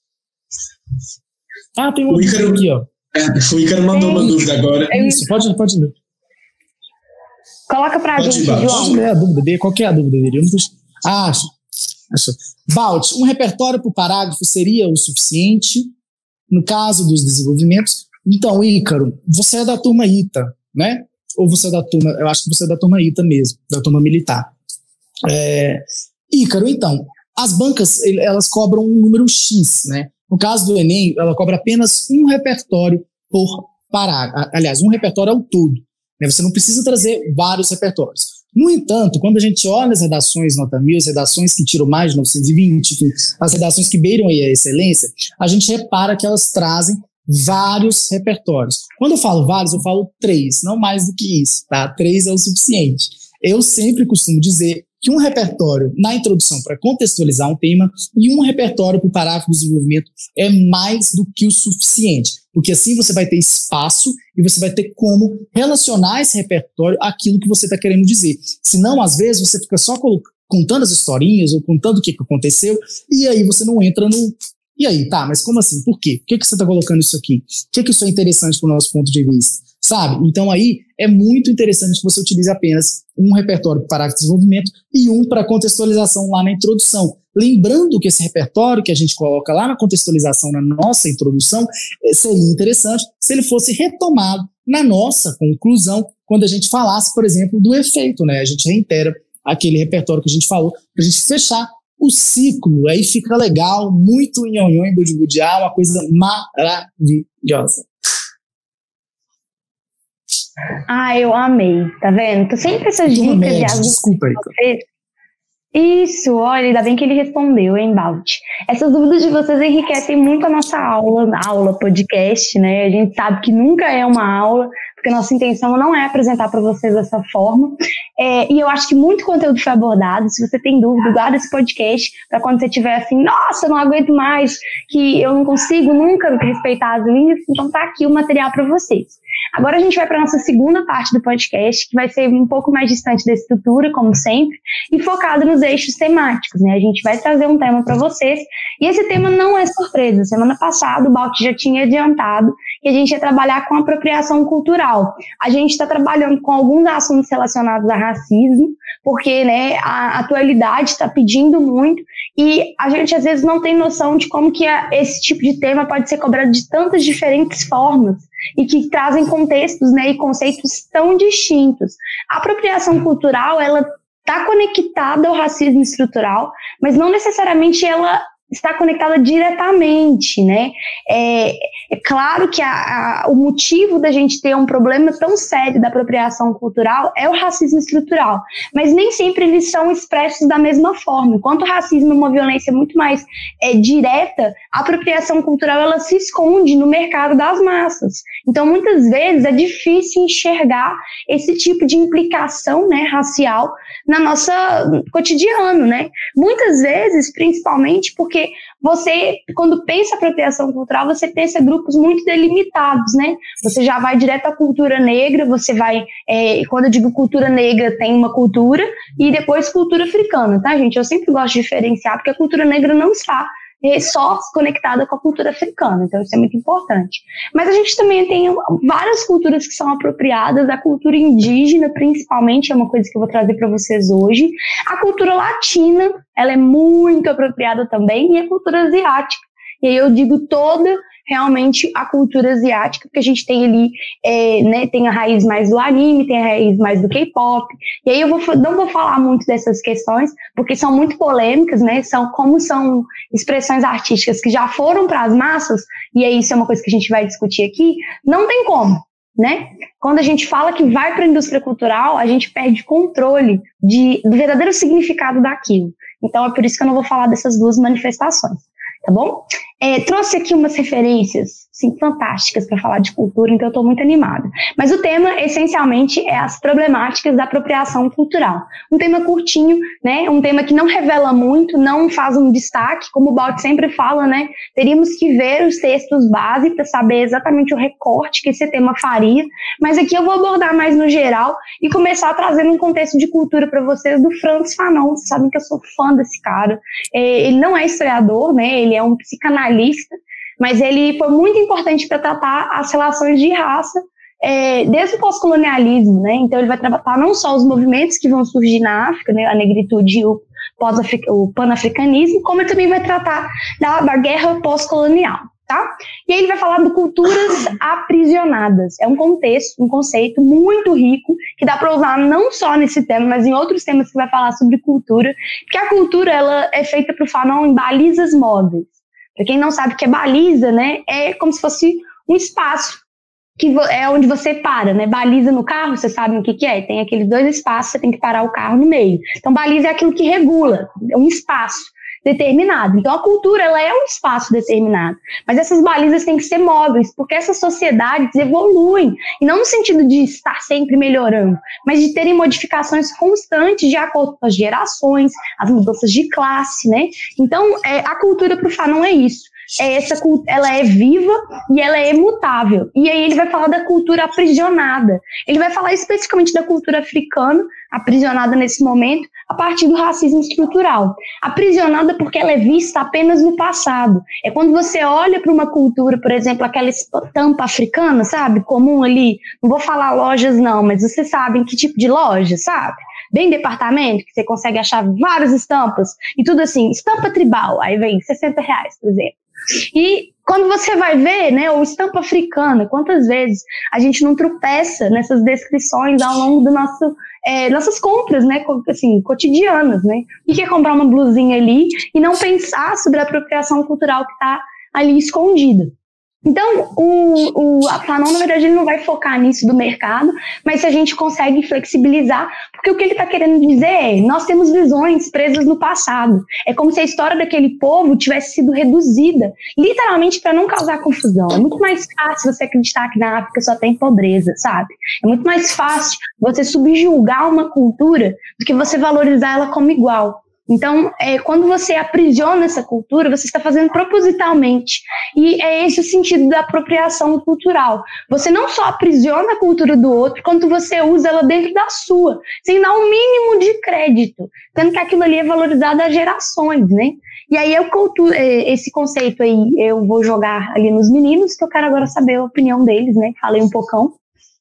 Ah, tem uma o Ícaro, aqui, ó. É, o Ícaro mandou é uma dúvida agora. É isso, pode, pode ler. Coloca pra pode gente, João. Pode ler a dúvida dele. Qual que é a dúvida dele? Eu não tô... Ah, acho. acho. Balt, um repertório por parágrafo seria o suficiente no caso dos desenvolvimentos? Então, Ícaro, você é da turma ITA, né? Ou você é da turma... Eu acho que você é da turma ITA mesmo, da turma militar. É, Ícaro, então, as bancas, elas cobram um número X, né? No caso do Enem, ela cobra apenas um repertório por parágrafo. Aliás, um repertório ao todo. Né? Você não precisa trazer vários repertórios. No entanto, quando a gente olha as redações nota mil, as redações que tiram mais de novecentos e vinte, enfim, as redações que beiram aí a excelência, a gente repara que elas trazem vários repertórios. Quando eu falo vários, eu falo três, não mais do que isso, tá? Três é o suficiente. Eu sempre costumo dizer que um repertório na introdução para contextualizar um tema e um repertório para o parágrafo do desenvolvimento é mais do que o suficiente, porque assim você vai ter espaço e você vai ter como relacionar esse repertório àquilo que você está querendo dizer. Senão, às vezes, você fica só colo- contando as historinhas ou contando o que, que aconteceu, e aí você não entra no... E aí, tá, mas como assim? Por quê? Por que, que você está colocando isso aqui? Por que, que isso é interessante para o nosso ponto de vista? Sabe? Então aí é muito interessante que você utilize apenas um repertório para desenvolvimento e um para contextualização lá na introdução. Lembrando que esse repertório que a gente coloca lá na contextualização, na nossa introdução, seria interessante se ele fosse retomado na nossa conclusão, quando a gente falasse, por exemplo, do efeito, né? A gente reitera aquele repertório que a gente falou, para a gente fechar o ciclo, aí fica legal, muito nhonhon e budibudiá, uma coisa maravilhosa. Ah, eu amei, tá vendo? Tô sempre essas dicas médio, de desculpa aí. Isso, olha, ainda bem que ele respondeu, hein, Balti? Essas dúvidas de vocês enriquecem muito a nossa aula, aula, podcast, né? A gente sabe que nunca é uma aula, porque a nossa intenção não é apresentar para vocês dessa forma. É, e eu acho que muito conteúdo foi abordado. Se você tem dúvida, guarda esse podcast para quando você estiver assim, nossa, eu não aguento mais, que eu não consigo nunca respeitar as linhas, então tá aqui o material para vocês. Agora a gente vai para a nossa segunda parte do podcast, que vai ser um pouco mais distante da estrutura, como sempre, e focado nos eixos temáticos, né? A gente vai trazer um tema para vocês, e esse tema não é surpresa. Semana passada o Balti já tinha adiantado que a gente ia trabalhar com apropriação cultural. A gente está trabalhando com alguns assuntos relacionados a racismo, porque, né, a atualidade está pedindo muito, e a gente às vezes não tem noção de como que a, esse tipo de tema pode ser cobrado de tantas diferentes formas, e que trazem contextos, né, e conceitos tão distintos. A apropriação cultural, ela está conectada ao racismo estrutural, mas não necessariamente ela está conectada diretamente, né? É, é claro que a, a, o motivo da gente ter um problema tão sério da apropriação cultural é o racismo estrutural, mas nem sempre eles são expressos da mesma forma. Enquanto o racismo é uma violência muito mais é, direta, a apropriação cultural ela se esconde no mercado das massas. Então, muitas vezes é difícil enxergar esse tipo de implicação, né, racial na nossa cotidiano, né? Muitas vezes, principalmente porque você, quando pensa apropriação cultural, você pensa grupos muito delimitados, né? Você já vai direto à cultura negra, você vai, é, quando eu digo cultura negra, tem uma cultura, e depois cultura africana, tá, gente? Eu sempre gosto de diferenciar, porque a cultura negra não está só conectada com a cultura africana, então isso é muito importante. Mas a gente também tem várias culturas que são apropriadas, a cultura indígena principalmente é uma coisa que eu vou trazer para vocês hoje, a cultura latina, ela é muito apropriada também, e a cultura asiática, e aí eu digo toda realmente a cultura asiática, porque a gente tem ali, é, né, tem a raiz mais do anime, tem a raiz mais do K-pop, e aí eu vou, não vou falar muito dessas questões, porque são muito polêmicas, né, são, como são expressões artísticas que já foram para as massas, e aí isso é uma coisa que a gente vai discutir aqui, não tem como, né? Quando a gente fala que vai para a indústria cultural, a gente perde controle de, do verdadeiro significado daquilo. Então é por isso que eu não vou falar dessas duas manifestações. Tá bom? É, trouxe aqui umas referências assim, fantásticas para falar de cultura, então eu estou muito animada. Mas o tema, essencialmente, é as problemáticas da apropriação cultural. Um tema curtinho, né? Um tema que não revela muito, não faz um destaque, como o Balti sempre fala, né? Teríamos que ver os textos base para saber exatamente o recorte que esse tema faria, mas aqui eu vou abordar mais no geral e começar trazendo um contexto de cultura para vocês do Frantz Fanon. Vocês sabem que eu sou fã desse cara. É, ele não é historiador, né? Ele é um psicanalista, mas ele foi muito importante para tratar as relações de raça é, desde o pós-colonialismo, né? Então ele vai tratar não só os movimentos que vão surgir na África, né? A negritude e o, o pan-africanismo, como ele também vai tratar da, da guerra pós-colonial, tá? E aí ele vai falar de culturas aprisionadas. É um contexto, um conceito muito rico, que dá para usar não só nesse tema, mas em outros temas que vai falar sobre cultura, porque a cultura ela é feita para o Fanon em balizas móveis. Para quem não sabe o que é baliza, né, é como se fosse um espaço que é onde você para, né? Baliza no carro, vocês sabem o que, que é? Tem aqueles dois espaços, você tem que parar o carro no meio. Então, baliza é aquilo que regula, é um espaço determinado. Então, a cultura ela é um espaço determinado. Mas essas balizas têm que ser móveis, porque essas sociedades evoluem. E não no sentido de estar sempre melhorando, mas de terem modificações constantes de acordo com as gerações, as mudanças de classe, né? Então, é, a cultura para o Fanon é isso. é essa, ela é viva e ela é imutável. E aí ele vai falar da cultura aprisionada. Ele vai falar especificamente da cultura africana, aprisionada nesse momento, a partir do racismo estrutural. Aprisionada porque ela é vista apenas no passado. É quando você olha para uma cultura, por exemplo, aquela estampa africana, sabe? Comum ali, não vou falar lojas não, mas vocês sabem que tipo de loja, sabe? Bem departamento, que você consegue achar várias estampas, e tudo assim, estampa tribal, aí vem sessenta reais, por exemplo. E quando você vai ver, né, ou estampa africana, quantas vezes a gente não tropeça nessas descrições ao longo do nosso, é, nossas compras, né, assim, cotidianas, né? O que é comprar uma blusinha ali e não pensar sobre a apropriação cultural que está ali escondida? Então, o, o a Fanon, na verdade, ele não vai focar nisso do mercado, mas se a gente consegue flexibilizar, porque o que ele está querendo dizer é, nós temos visões presas no passado. É como se a história daquele povo tivesse sido reduzida, literalmente para não causar confusão. É muito mais fácil você acreditar que na África só tem pobreza, sabe? É muito mais fácil você subjugar uma cultura do que você valorizar ela como igual. Então, é, quando você aprisiona essa cultura, você está fazendo propositalmente. E é esse o sentido da apropriação cultural. Você não só aprisiona a cultura do outro, quanto você usa ela dentro da sua, sem dar um mínimo de crédito, sendo que aquilo ali é valorizado há gerações, né? E aí, eu cultu- esse conceito aí, eu vou jogar ali nos meninos, que eu quero agora saber a opinião deles, né? Falei um pocão.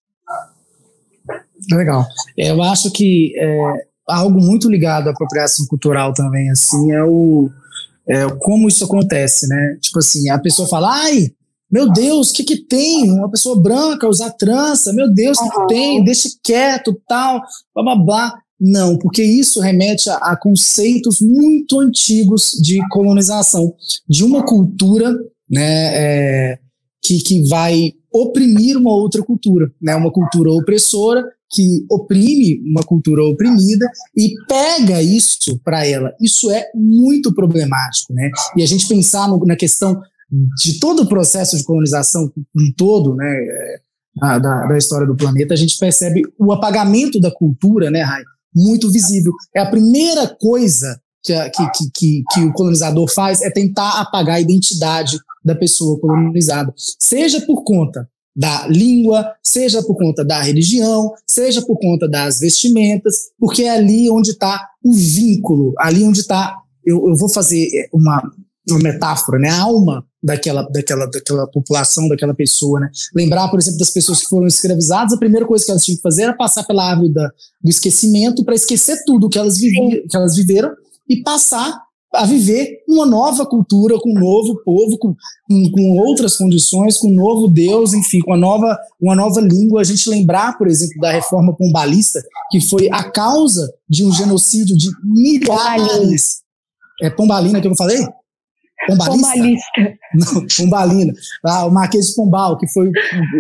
Legal. Eu acho que... É... algo muito ligado à apropriação cultural também, assim, é o é, como isso acontece, né? Tipo assim, a pessoa fala, ai, meu Deus, o que que tem? Uma pessoa branca usar trança, meu Deus, o que que tem? Deixa quieto, tal, blá, blá, blá. Não, porque isso remete a, a conceitos muito antigos de colonização, de uma cultura, né, é, que, que vai oprimir uma outra cultura, né, uma cultura opressora, que oprime uma cultura oprimida e pega isso para ela. Isso é muito problemático, né? E a gente pensar no, na questão de todo o processo de colonização em todo, né, da, da história do planeta, a gente percebe o apagamento da cultura, né, Rai? Muito visível. É a primeira coisa que, a, que, que, que, que o colonizador faz é tentar apagar a identidade da pessoa colonizada, seja por conta da língua, seja por conta da religião, seja por conta das vestimentas, porque é ali onde está o vínculo, ali onde está, eu, eu vou fazer uma, uma metáfora, né, a alma daquela, daquela, daquela população, daquela pessoa, né? Lembrar, por exemplo, das pessoas que foram escravizadas, a primeira coisa que elas tinham que fazer era passar pela árvore da, do esquecimento para esquecer tudo que elas, vivi, que elas viveram e passar a viver uma nova cultura, com um novo povo, com, com, com outras condições, com um novo Deus, enfim, com uma nova, uma nova língua. A gente lembrar, por exemplo, da reforma pombalista, que foi a causa de um genocídio de milhares... É Pombalina que eu falei? Pombalista? Pombalista. Não, Pombalina. Ah, o Marquês de Pombal, que foi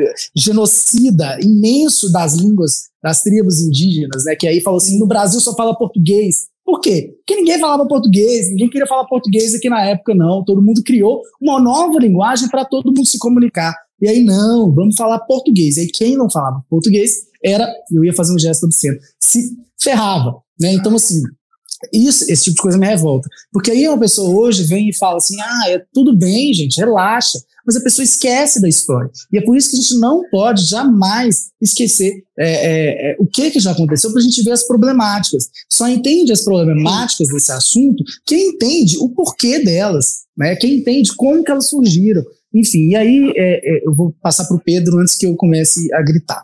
genocida imenso das línguas das tribos indígenas, né? Que aí falou assim, no Brasil só fala português. Por quê? Porque ninguém falava português, ninguém queria falar português aqui na época, não. Todo mundo criou uma nova linguagem para todo mundo se comunicar. E aí, não, vamos falar português. E aí, quem não falava português era, eu ia fazer um gesto obsceno, se ferrava, né? Então, assim, isso, esse tipo de coisa me revolta. Porque aí uma pessoa hoje vem e fala assim, ah, é tudo bem, gente, relaxa. Mas a pessoa esquece da história. E é por isso que a gente não pode jamais esquecer é, é, é, o que, que já aconteceu para a gente ver as problemáticas. Só entende as problemáticas desse assunto quem entende o porquê delas, né? Quem entende como que elas surgiram. Enfim, e aí é, é, eu vou passar para o Pedro antes que eu comece a gritar.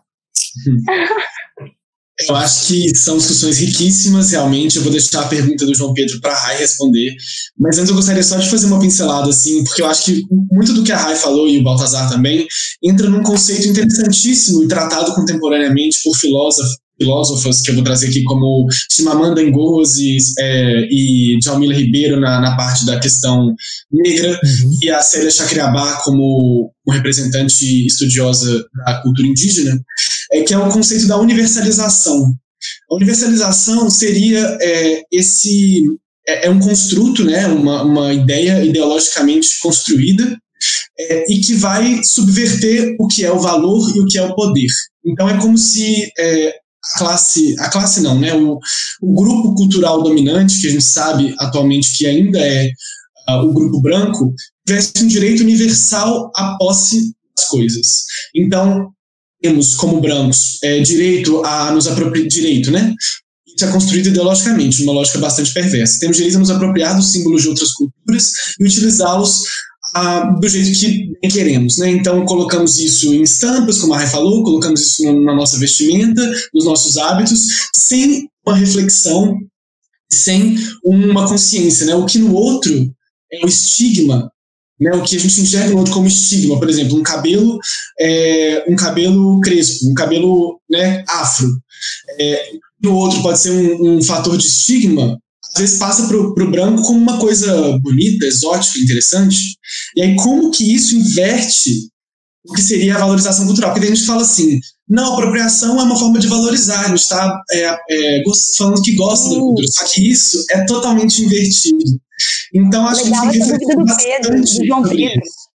Eu acho que são discussões riquíssimas, realmente. Eu vou deixar a pergunta do João Pedro para a Rai responder. Mas antes eu gostaria só de fazer uma pincelada, assim, porque eu acho que muito do que a Rai falou, e o Baltazar também, entra num conceito interessantíssimo e tratado contemporaneamente por filósofos, filósofas que eu vou trazer aqui, como Chimamanda Ngozi é, e Djamila Ribeiro na, na parte da questão negra, uhum. e a Célia Chacriabá como uma representante estudiosa da cultura indígena, é, que é o conceito da universalização. A universalização seria é, esse... É, é um construto, né, uma, uma ideia ideologicamente construída, é, e que vai subverter o que é o valor e o que é o poder. Então é como se... É, A classe, a classe não, né? O, o grupo cultural dominante, que a gente sabe atualmente que ainda é uh, o grupo branco, tivesse um direito universal à posse das coisas. Então, temos como brancos é, direito a nos apropriar, direito, né? Isso é construído ideologicamente, numa lógica bastante perversa. Temos direito a nos apropriar dos símbolos de outras culturas e utilizá-los ah, do jeito que bem queremos, né? Então, colocamos isso em estampas, como a Rai falou, colocamos isso na nossa vestimenta, nos nossos hábitos, sem uma reflexão, sem uma consciência, né? O que no outro é o estigma, né, o que a gente enxerga no outro como estigma, por exemplo, um cabelo, é, um cabelo crespo, um cabelo, né, afro. É, no outro pode ser um, um fator de estigma, às vezes passa para o branco como uma coisa bonita, exótica, interessante. E aí como que isso inverte o que seria a valorização cultural? Porque a gente fala assim, não, apropriação é uma forma de valorizar, a gente está é, é, falando que gosta da cultura, só que isso é totalmente invertido. Então, acho legal que a gente essa dúvida do Pedro, do João Pedro.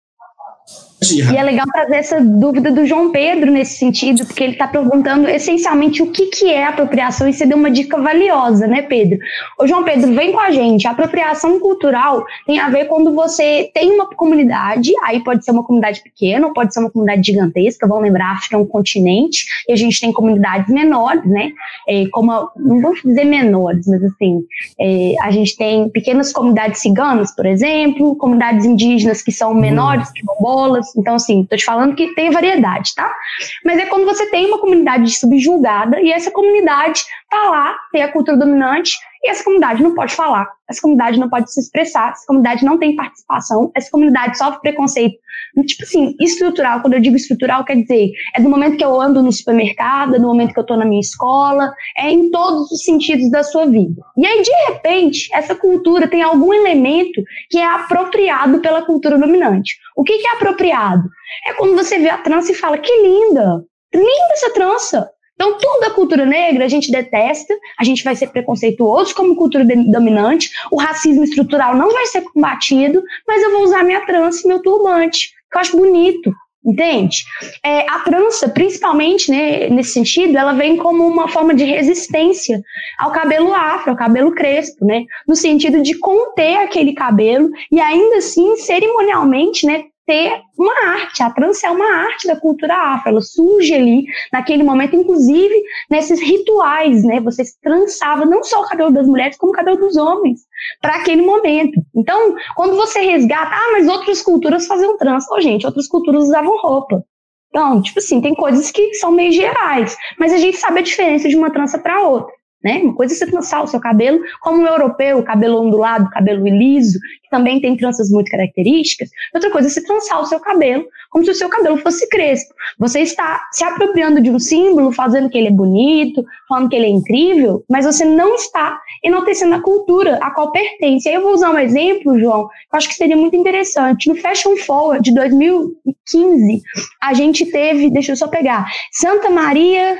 E é legal trazer essa dúvida do João Pedro nesse sentido, porque ele está perguntando essencialmente o que, que é apropriação, e você deu uma dica valiosa, né, Pedro? Ô, João Pedro, vem com a gente. A apropriação cultural tem a ver quando você tem uma comunidade, aí pode ser uma comunidade pequena, ou pode ser uma comunidade gigantesca, vamos lembrar, a África é um continente, e a gente tem comunidades menores, né, é, como, a, não vou dizer menores, mas assim, é, a gente tem pequenas comunidades ciganas, por exemplo, comunidades indígenas que são menores, quilombolas. Então, assim, tô te falando que tem variedade, tá? Mas é quando você tem uma comunidade subjugada e essa comunidade tá lá, tem a cultura dominante, e essa comunidade não pode falar, essa comunidade não pode se expressar, essa comunidade não tem participação, essa comunidade sofre preconceito. Tipo assim, estrutural, quando eu digo estrutural, quer dizer, é do momento que eu ando no supermercado, é do momento que eu tô na minha escola, é em todos os sentidos da sua vida. E aí, de repente, essa cultura tem algum elemento que é apropriado pela cultura dominante. O que que é apropriado? É quando você vê a trança e fala, que linda, linda essa trança. Então, toda a cultura negra a gente detesta, a gente vai ser preconceituoso como cultura dominante, o racismo estrutural não vai ser combatido, mas eu vou usar minha trança e meu turbante, que eu acho bonito, entende? É, a trança, principalmente, né, nesse sentido, ela vem como uma forma de resistência ao cabelo afro, ao cabelo crespo, né, no sentido de conter aquele cabelo e ainda assim, cerimonialmente, né, ter uma arte. A trança é uma arte da cultura afro, ela surge ali naquele momento, inclusive nesses rituais, né? Você trançava não só o cabelo das mulheres, como o cabelo dos homens, para aquele momento. Então, quando você resgata, ah, mas outras culturas faziam trança. Ô, gente, outras culturas usavam roupa. Então, tipo assim, tem coisas que são meio gerais, mas a gente sabe a diferença de uma trança para outra. Né? Uma coisa é você trançar o seu cabelo, como o europeu, o cabelo ondulado, o cabelo liso, que também tem tranças muito características. Outra coisa é você trançar o seu cabelo, como se o seu cabelo fosse crespo. Você está se apropriando de um símbolo, fazendo que ele é bonito, falando que ele é incrível, mas você não está enaltecendo a cultura a qual pertence. Aí eu vou usar um exemplo, João, que eu acho que seria muito interessante. No Fashion Forward de dois mil e quinze, a gente teve, deixa eu só pegar, Santa Maria...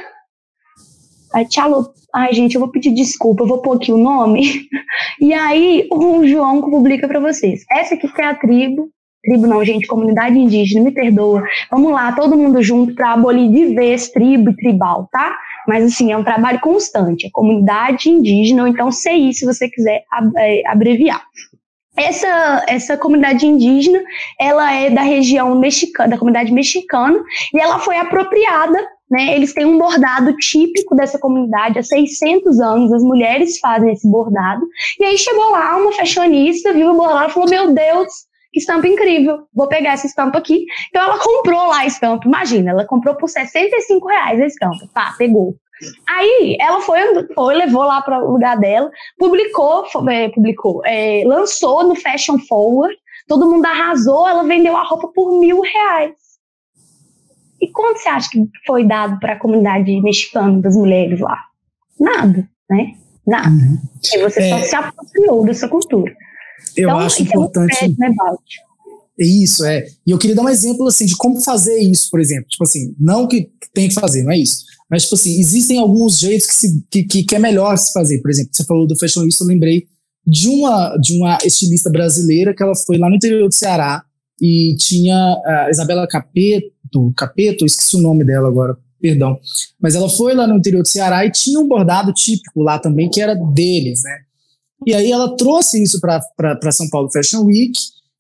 Tchalo, ai, gente, eu vou pedir desculpa, eu vou pôr aqui o nome. E aí, o João publica para vocês. Essa aqui que é a tribo, tribo não, gente, comunidade indígena, me perdoa. Vamos lá, todo mundo junto para abolir de vez tribo e tribal, tá? Mas, assim, é um trabalho constante. É comunidade indígena, ou então C I, se você quiser abreviar. Essa, essa comunidade indígena, ela é da região mexicana, da comunidade mexicana, e ela foi apropriada, né? Eles têm um bordado típico dessa comunidade há seiscentos anos, as mulheres fazem esse bordado, e aí chegou lá uma fashionista, viu o bordado e falou, meu Deus, que estampa incrível, vou pegar essa estampa aqui. Então ela comprou lá a estampa, imagina, ela comprou por sessenta e cinco reais a estampa, pá, pegou. Aí ela foi, foi levou lá para o lugar dela, publicou, é, publicou é, lançou no Fashion Forward, todo mundo arrasou, ela vendeu a roupa por mil reais. E quanto você acha que foi dado para a comunidade mexicana das mulheres lá? Nada, né? Nada. Uhum. E você é, só se apropriou dessa cultura. Eu então, acho importante. É, né, isso, é. E eu queria dar um exemplo assim, de como fazer isso, por exemplo. Tipo assim, não que tem que fazer, não é isso. Mas, tipo assim, existem alguns jeitos que, se, que, que, que é melhor se fazer. Por exemplo, você falou do fashionista, eu lembrei de uma, de uma estilista brasileira que ela foi lá no interior do Ceará e tinha a Isabela Capeto, Capeto, esqueci o nome dela agora, perdão. Mas ela foi lá no interior do Ceará e tinha um bordado típico lá também, que era deles, né? E aí ela trouxe isso para São Paulo Fashion Week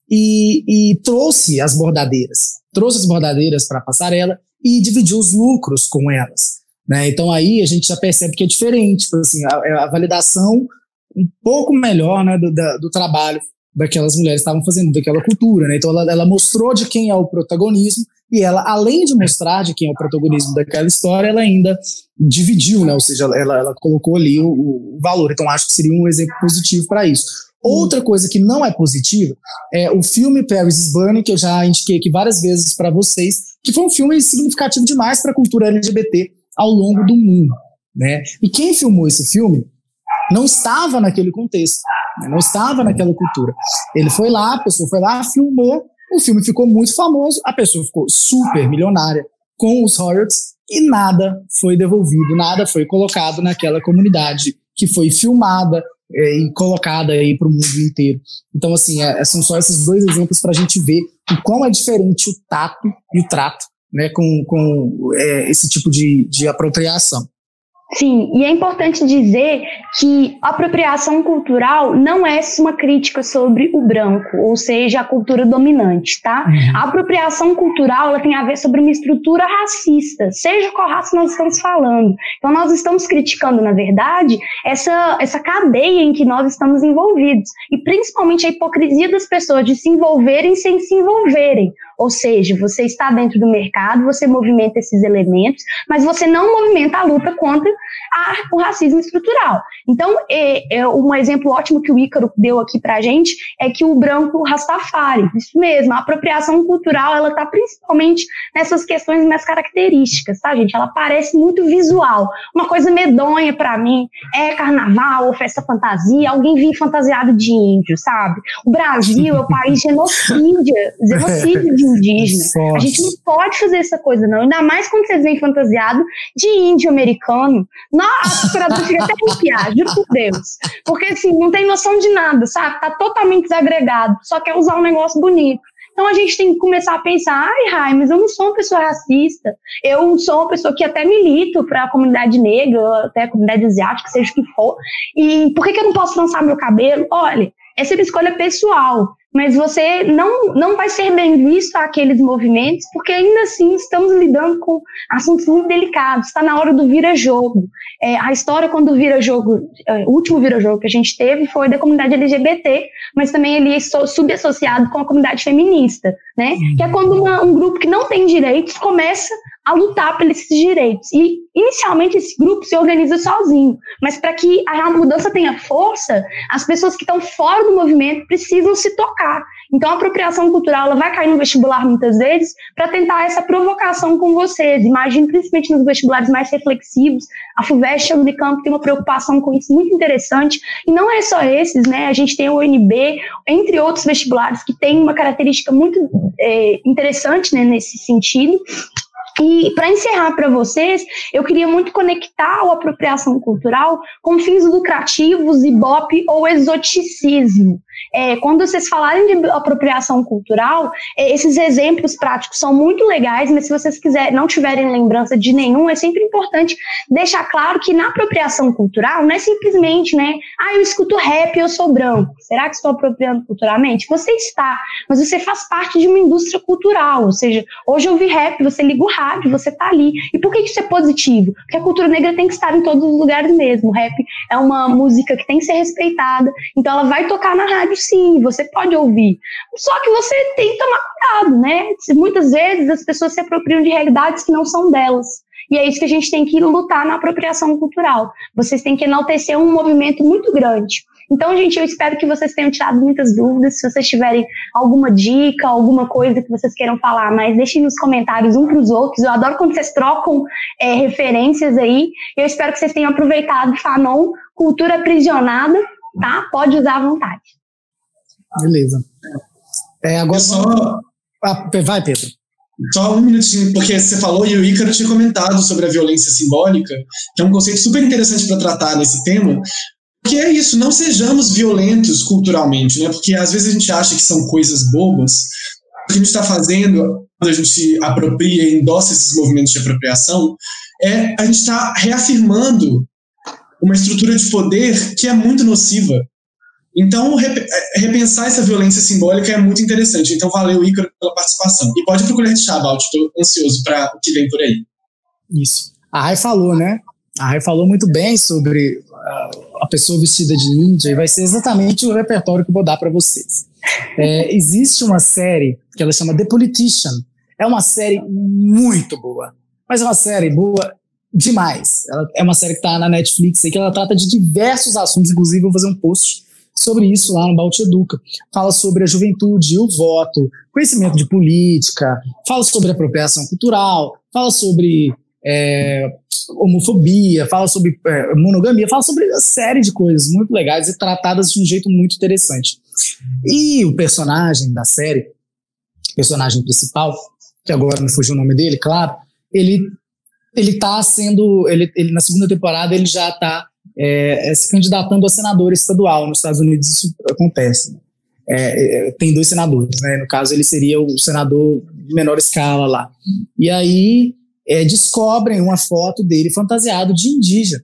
e, e trouxe as bordadeiras, trouxe as bordadeiras para a passarela e dividiu os lucros com elas, né? Então aí a gente já percebe que é diferente, tipo assim, a, a validação um pouco melhor, né, do, da, do trabalho daquelas mulheres estavam fazendo, daquela cultura, né? Então ela, ela mostrou de quem é o protagonismo e ela, além de mostrar de quem é o protagonismo daquela história, ela ainda dividiu, né? Ou seja, ela, ela colocou ali o, o valor. Então acho que seria um exemplo positivo para isso. Outra coisa que não é positiva é o filme Paris is Burning, que eu já indiquei aqui várias vezes para vocês, que foi um filme significativo demais para a cultura L G B T ao longo do mundo, né? E quem filmou esse filme não estava naquele contexto, né? Não estava naquela cultura. Ele foi lá, a pessoa foi lá, filmou, o filme ficou muito famoso, a pessoa ficou super milionária com os royalties e nada foi devolvido, nada foi colocado naquela comunidade que foi filmada é, e colocada aí para o mundo inteiro. Então, assim, é, são só esses dois exemplos para a gente ver o quão é diferente o tato e o trato, né, com, com é, esse tipo de, de apropriação. Sim, e é importante dizer que a apropriação cultural não é uma crítica sobre o branco, ou seja, a cultura dominante, tá? Uhum. A apropriação cultural, ela tem a ver sobre uma estrutura racista, seja qual raça nós estamos falando. Então nós estamos criticando, na verdade, essa, essa cadeia em que nós estamos envolvidos, e principalmente a hipocrisia das pessoas de se envolverem sem se envolverem. Ou seja, você está dentro do mercado, você movimenta esses elementos, mas você não movimenta a luta contra a, o racismo estrutural. Então, é, é um exemplo ótimo que o Ícaro deu aqui pra gente é que o branco Rastafari, isso mesmo, a apropriação cultural, ela está principalmente nessas questões mais características, tá, gente? Ela parece muito visual. Uma coisa medonha pra mim é carnaval ou festa fantasia, alguém vir fantasiado de índio, sabe? O Brasil é o país genocídio, genocídio de indígena. Nossa. A gente não pode fazer essa coisa, não. Ainda mais quando vocês vêm fantasiado de índio americano. Nossa, o curador fica até arrepiar, juro por Deus. Porque, assim, não tem noção de nada, sabe? Tá totalmente desagregado. Só quer usar um negócio bonito. Então a gente tem que começar a pensar, ai, Rai, mas eu não sou uma pessoa racista. Eu sou uma pessoa que até milito para a comunidade negra, até a comunidade asiática, seja o que for. E por que, que eu não posso lançar meu cabelo? Olha, essa é uma escolha pessoal. Mas você não, não vai ser bem visto àqueles movimentos, porque ainda assim estamos lidando com assuntos muito delicados. Está na hora do vira-jogo. É, a história, quando vira-jogo, é, o último vira-jogo que a gente teve foi da comunidade L G B T, mas também ele é subassociado com a comunidade feminista, né? Uhum. Que é quando uma, um grupo que não tem direitos começa a lutar por esses direitos. E, inicialmente, esse grupo se organiza sozinho. Mas para que a mudança tenha força, as pessoas que estão fora do movimento precisam se tocar. Então, a apropriação cultural ela vai cair no vestibular muitas vezes para tentar essa provocação com vocês. Imagino, principalmente nos vestibulares mais reflexivos, a FUVEST e a Unicamp tem uma preocupação com isso muito interessante. E não é só esses, né? A gente tem o U N B, entre outros vestibulares, que tem uma característica muito é, interessante, né, nesse sentido. E para encerrar para vocês, eu queria muito conectar a apropriação cultural com fins lucrativos, ibope ou exoticismo. É, quando vocês falarem de apropriação cultural, é, esses exemplos práticos são muito legais, mas se vocês quiserem, não tiverem lembrança de nenhum, é sempre importante deixar claro que na apropriação cultural não é simplesmente, né, ah, eu escuto rap e eu sou branco. Será que estou apropriando culturalmente? Você está, mas você faz parte de uma indústria cultural, ou seja, hoje eu ouvi rap, você liga o rádio, você está ali. E por que isso é positivo? Porque a cultura negra tem que estar em todos os lugares mesmo. O rap é uma música que tem que ser respeitada, então ela vai tocar na rádio sim, você pode ouvir. Só que você tem que tomar cuidado, né? Muitas vezes as pessoas se apropriam de realidades que não são delas. E é isso que a gente tem que lutar na apropriação cultural. Vocês têm que enaltecer um movimento muito grande. Então, gente, eu espero que vocês tenham tirado muitas dúvidas. Se vocês tiverem alguma dica, alguma coisa que vocês queiram falar, mas deixem nos comentários um para os outros. Eu adoro quando vocês trocam é, referências aí. Eu espero que vocês tenham aproveitado Fanon, Cultura Aprisionada, tá? Pode usar à vontade. Beleza. É, agora só... ah, vai, Pedro. Só um minutinho, porque você falou e o Ícaro tinha comentado sobre a violência simbólica, que é um conceito super interessante para tratar nesse tema, porque é isso, não sejamos violentos culturalmente, né? Porque às vezes a gente acha que são coisas bobas. O que a gente está fazendo, quando a gente apropria e endossa esses movimentos de apropriação, é a gente está reafirmando uma estrutura de poder que é muito nociva. Então, repensar essa violência simbólica é muito interessante. Então, valeu, Ícaro, pela participação. E pode ir pro Colher de Chá, Balt, estou ansioso para o que vem por aí. Isso. A Rai falou, né? A Rai falou muito bem sobre uh, a pessoa vestida de índia, e vai ser exatamente o repertório que eu vou dar para vocês. É, existe uma série que ela chama The Politician. É uma série muito boa, mas é uma série boa demais. Ela é uma série que está na Netflix e que ela trata de diversos assuntos, inclusive eu vou fazer um post sobre isso lá no Balt Educa. Fala sobre a juventude, o voto, conhecimento de política, fala sobre apropriação cultural, fala sobre é, homofobia, fala sobre é, monogamia, fala sobre uma série de coisas muito legais e tratadas de um jeito muito interessante. E o personagem da série, o personagem principal, que agora me fugiu o nome dele, claro, ele ele tá sendo, ele, ele na segunda temporada ele já está É, é, se candidatando a senador estadual. Nos Estados Unidos isso acontece. É, é, tem dois senadores, né? No caso ele seria o senador de menor escala lá. E aí é, descobrem uma foto dele fantasiado de indígena.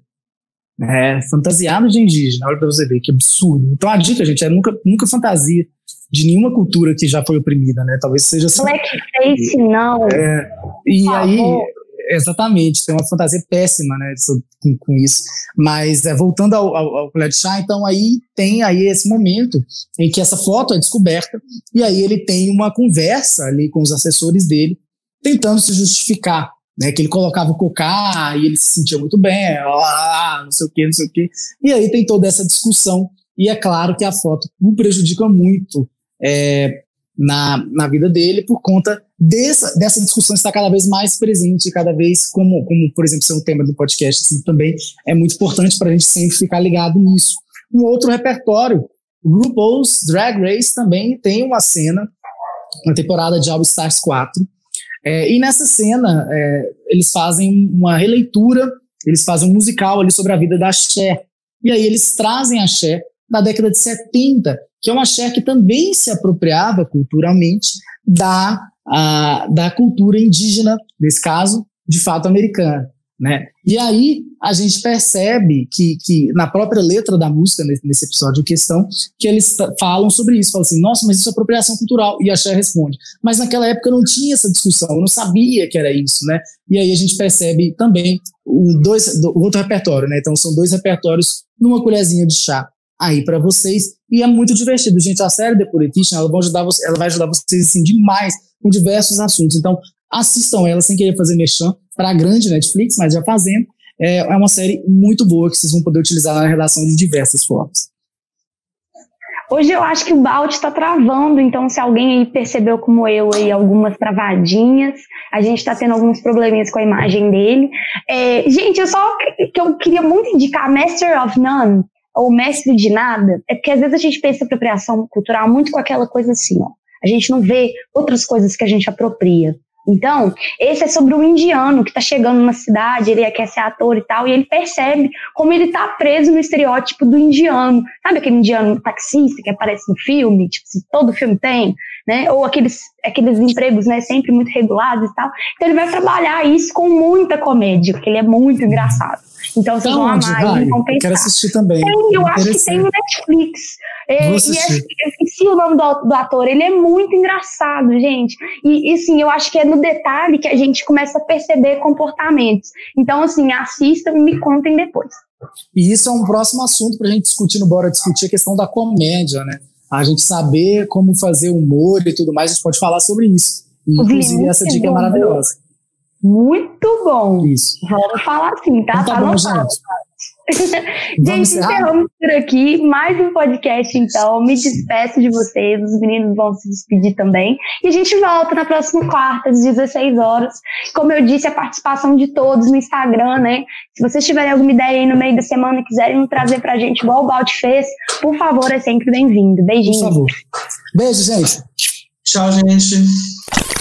É, fantasiado de indígena. Olha pra você ver, que absurdo. Então a dica, gente, é nunca, nunca fantasia de nenhuma cultura que já foi oprimida, né? Talvez seja assim. Blackface, não. É, e aí... Exatamente, tem uma fantasia péssima, né, com, com isso, mas é, voltando ao, ao, ao Colher de Chá, então aí tem aí esse momento em que essa foto é descoberta, e aí ele tem uma conversa ali com os assessores dele, tentando se justificar, né, que ele colocava o cocá e ele se sentia muito bem, ah, não sei o que, não sei o que, e aí tem toda essa discussão, e é claro que a foto o prejudica muito é, na, na vida dele por conta Dessa, dessa discussão está cada vez mais presente, cada vez, como, como por exemplo, ser um tema do podcast, assim, também é muito importante para a gente sempre ficar ligado nisso. Um outro repertório, o RuPaul's Drag Race também tem uma cena, na temporada de All Stars quatro, é, e nessa cena é, eles fazem uma releitura, eles fazem um musical ali sobre a vida da Cher, e aí eles trazem a Cher da década de setenta, que é uma Cher que também se apropriava culturalmente da A, da cultura indígena, nesse caso, de fato americana, né? E aí a gente percebe que, que na própria letra da música, nesse, nesse episódio em questão, que eles falam sobre isso, falam assim, nossa, mas isso é apropriação cultural, e a Cher responde, mas naquela época não tinha essa discussão, eu não sabia que era isso, né? E aí a gente percebe também o, dois, o outro repertório, né? Então são dois repertórios numa colherzinha de chá aí para vocês, e é muito divertido, gente. A série The Politician, ela vai ajudar, você, ela vai ajudar vocês assim, demais com diversos assuntos, então assistam ela sem querer fazer merchan para a grande Netflix, mas já fazendo. É, é uma série muito boa que vocês vão poder utilizar na redação de diversas formas. Hoje eu acho que o Balt está travando, então se alguém aí percebeu como eu aí algumas travadinhas, a gente está tendo alguns probleminhas com a imagem dele. É, gente, eu só que eu queria muito indicar Master of None, ou Mestre de Nada, é porque às vezes a gente pensa em apropriação cultural muito com aquela coisa assim, ó. A gente não vê outras coisas que a gente apropria. Então, esse é sobre um indiano que está chegando numa cidade, ele quer ser ator e tal, e ele percebe como ele está preso no estereótipo do indiano. Sabe aquele indiano taxista que aparece no filme? Tipo, assim, todo filme tem, né? Ou aqueles, aqueles empregos, né, sempre muito regulados e tal. Então ele vai trabalhar isso com muita comédia, porque ele é muito engraçado. Então vocês vão amar e vão pensar. Eu quero assistir também. Tem, eu acho que tem no Netflix. É, e é, eu esqueci o nome do, do ator. Ele é muito engraçado, gente. E, e assim, eu acho que é no detalhe que a gente começa a perceber comportamentos. Então, assim, assistam e me contem depois. E isso é um próximo assunto para a gente discutir no Bora Discutir, a questão da comédia, né? A gente saber como fazer humor e tudo mais, a gente pode falar sobre isso. E, inclusive, essa dica é maravilhosa. Muito bom. Isso. Vamos falar assim, tá? Então tá tá bom, gente. Gente, encerramos por aqui. Mais um podcast, então. Me despeço de vocês. Os meninos vão se despedir também. E a gente volta na próxima quarta, às dezesseis horas. Como eu disse, a participação de todos no Instagram, né? Se vocês tiverem alguma ideia aí no meio da semana e quiserem trazer pra gente, igual o Balt fez, por favor, é sempre bem-vindo. Beijinho. Por favor. Beijo, gente. Tchau, gente.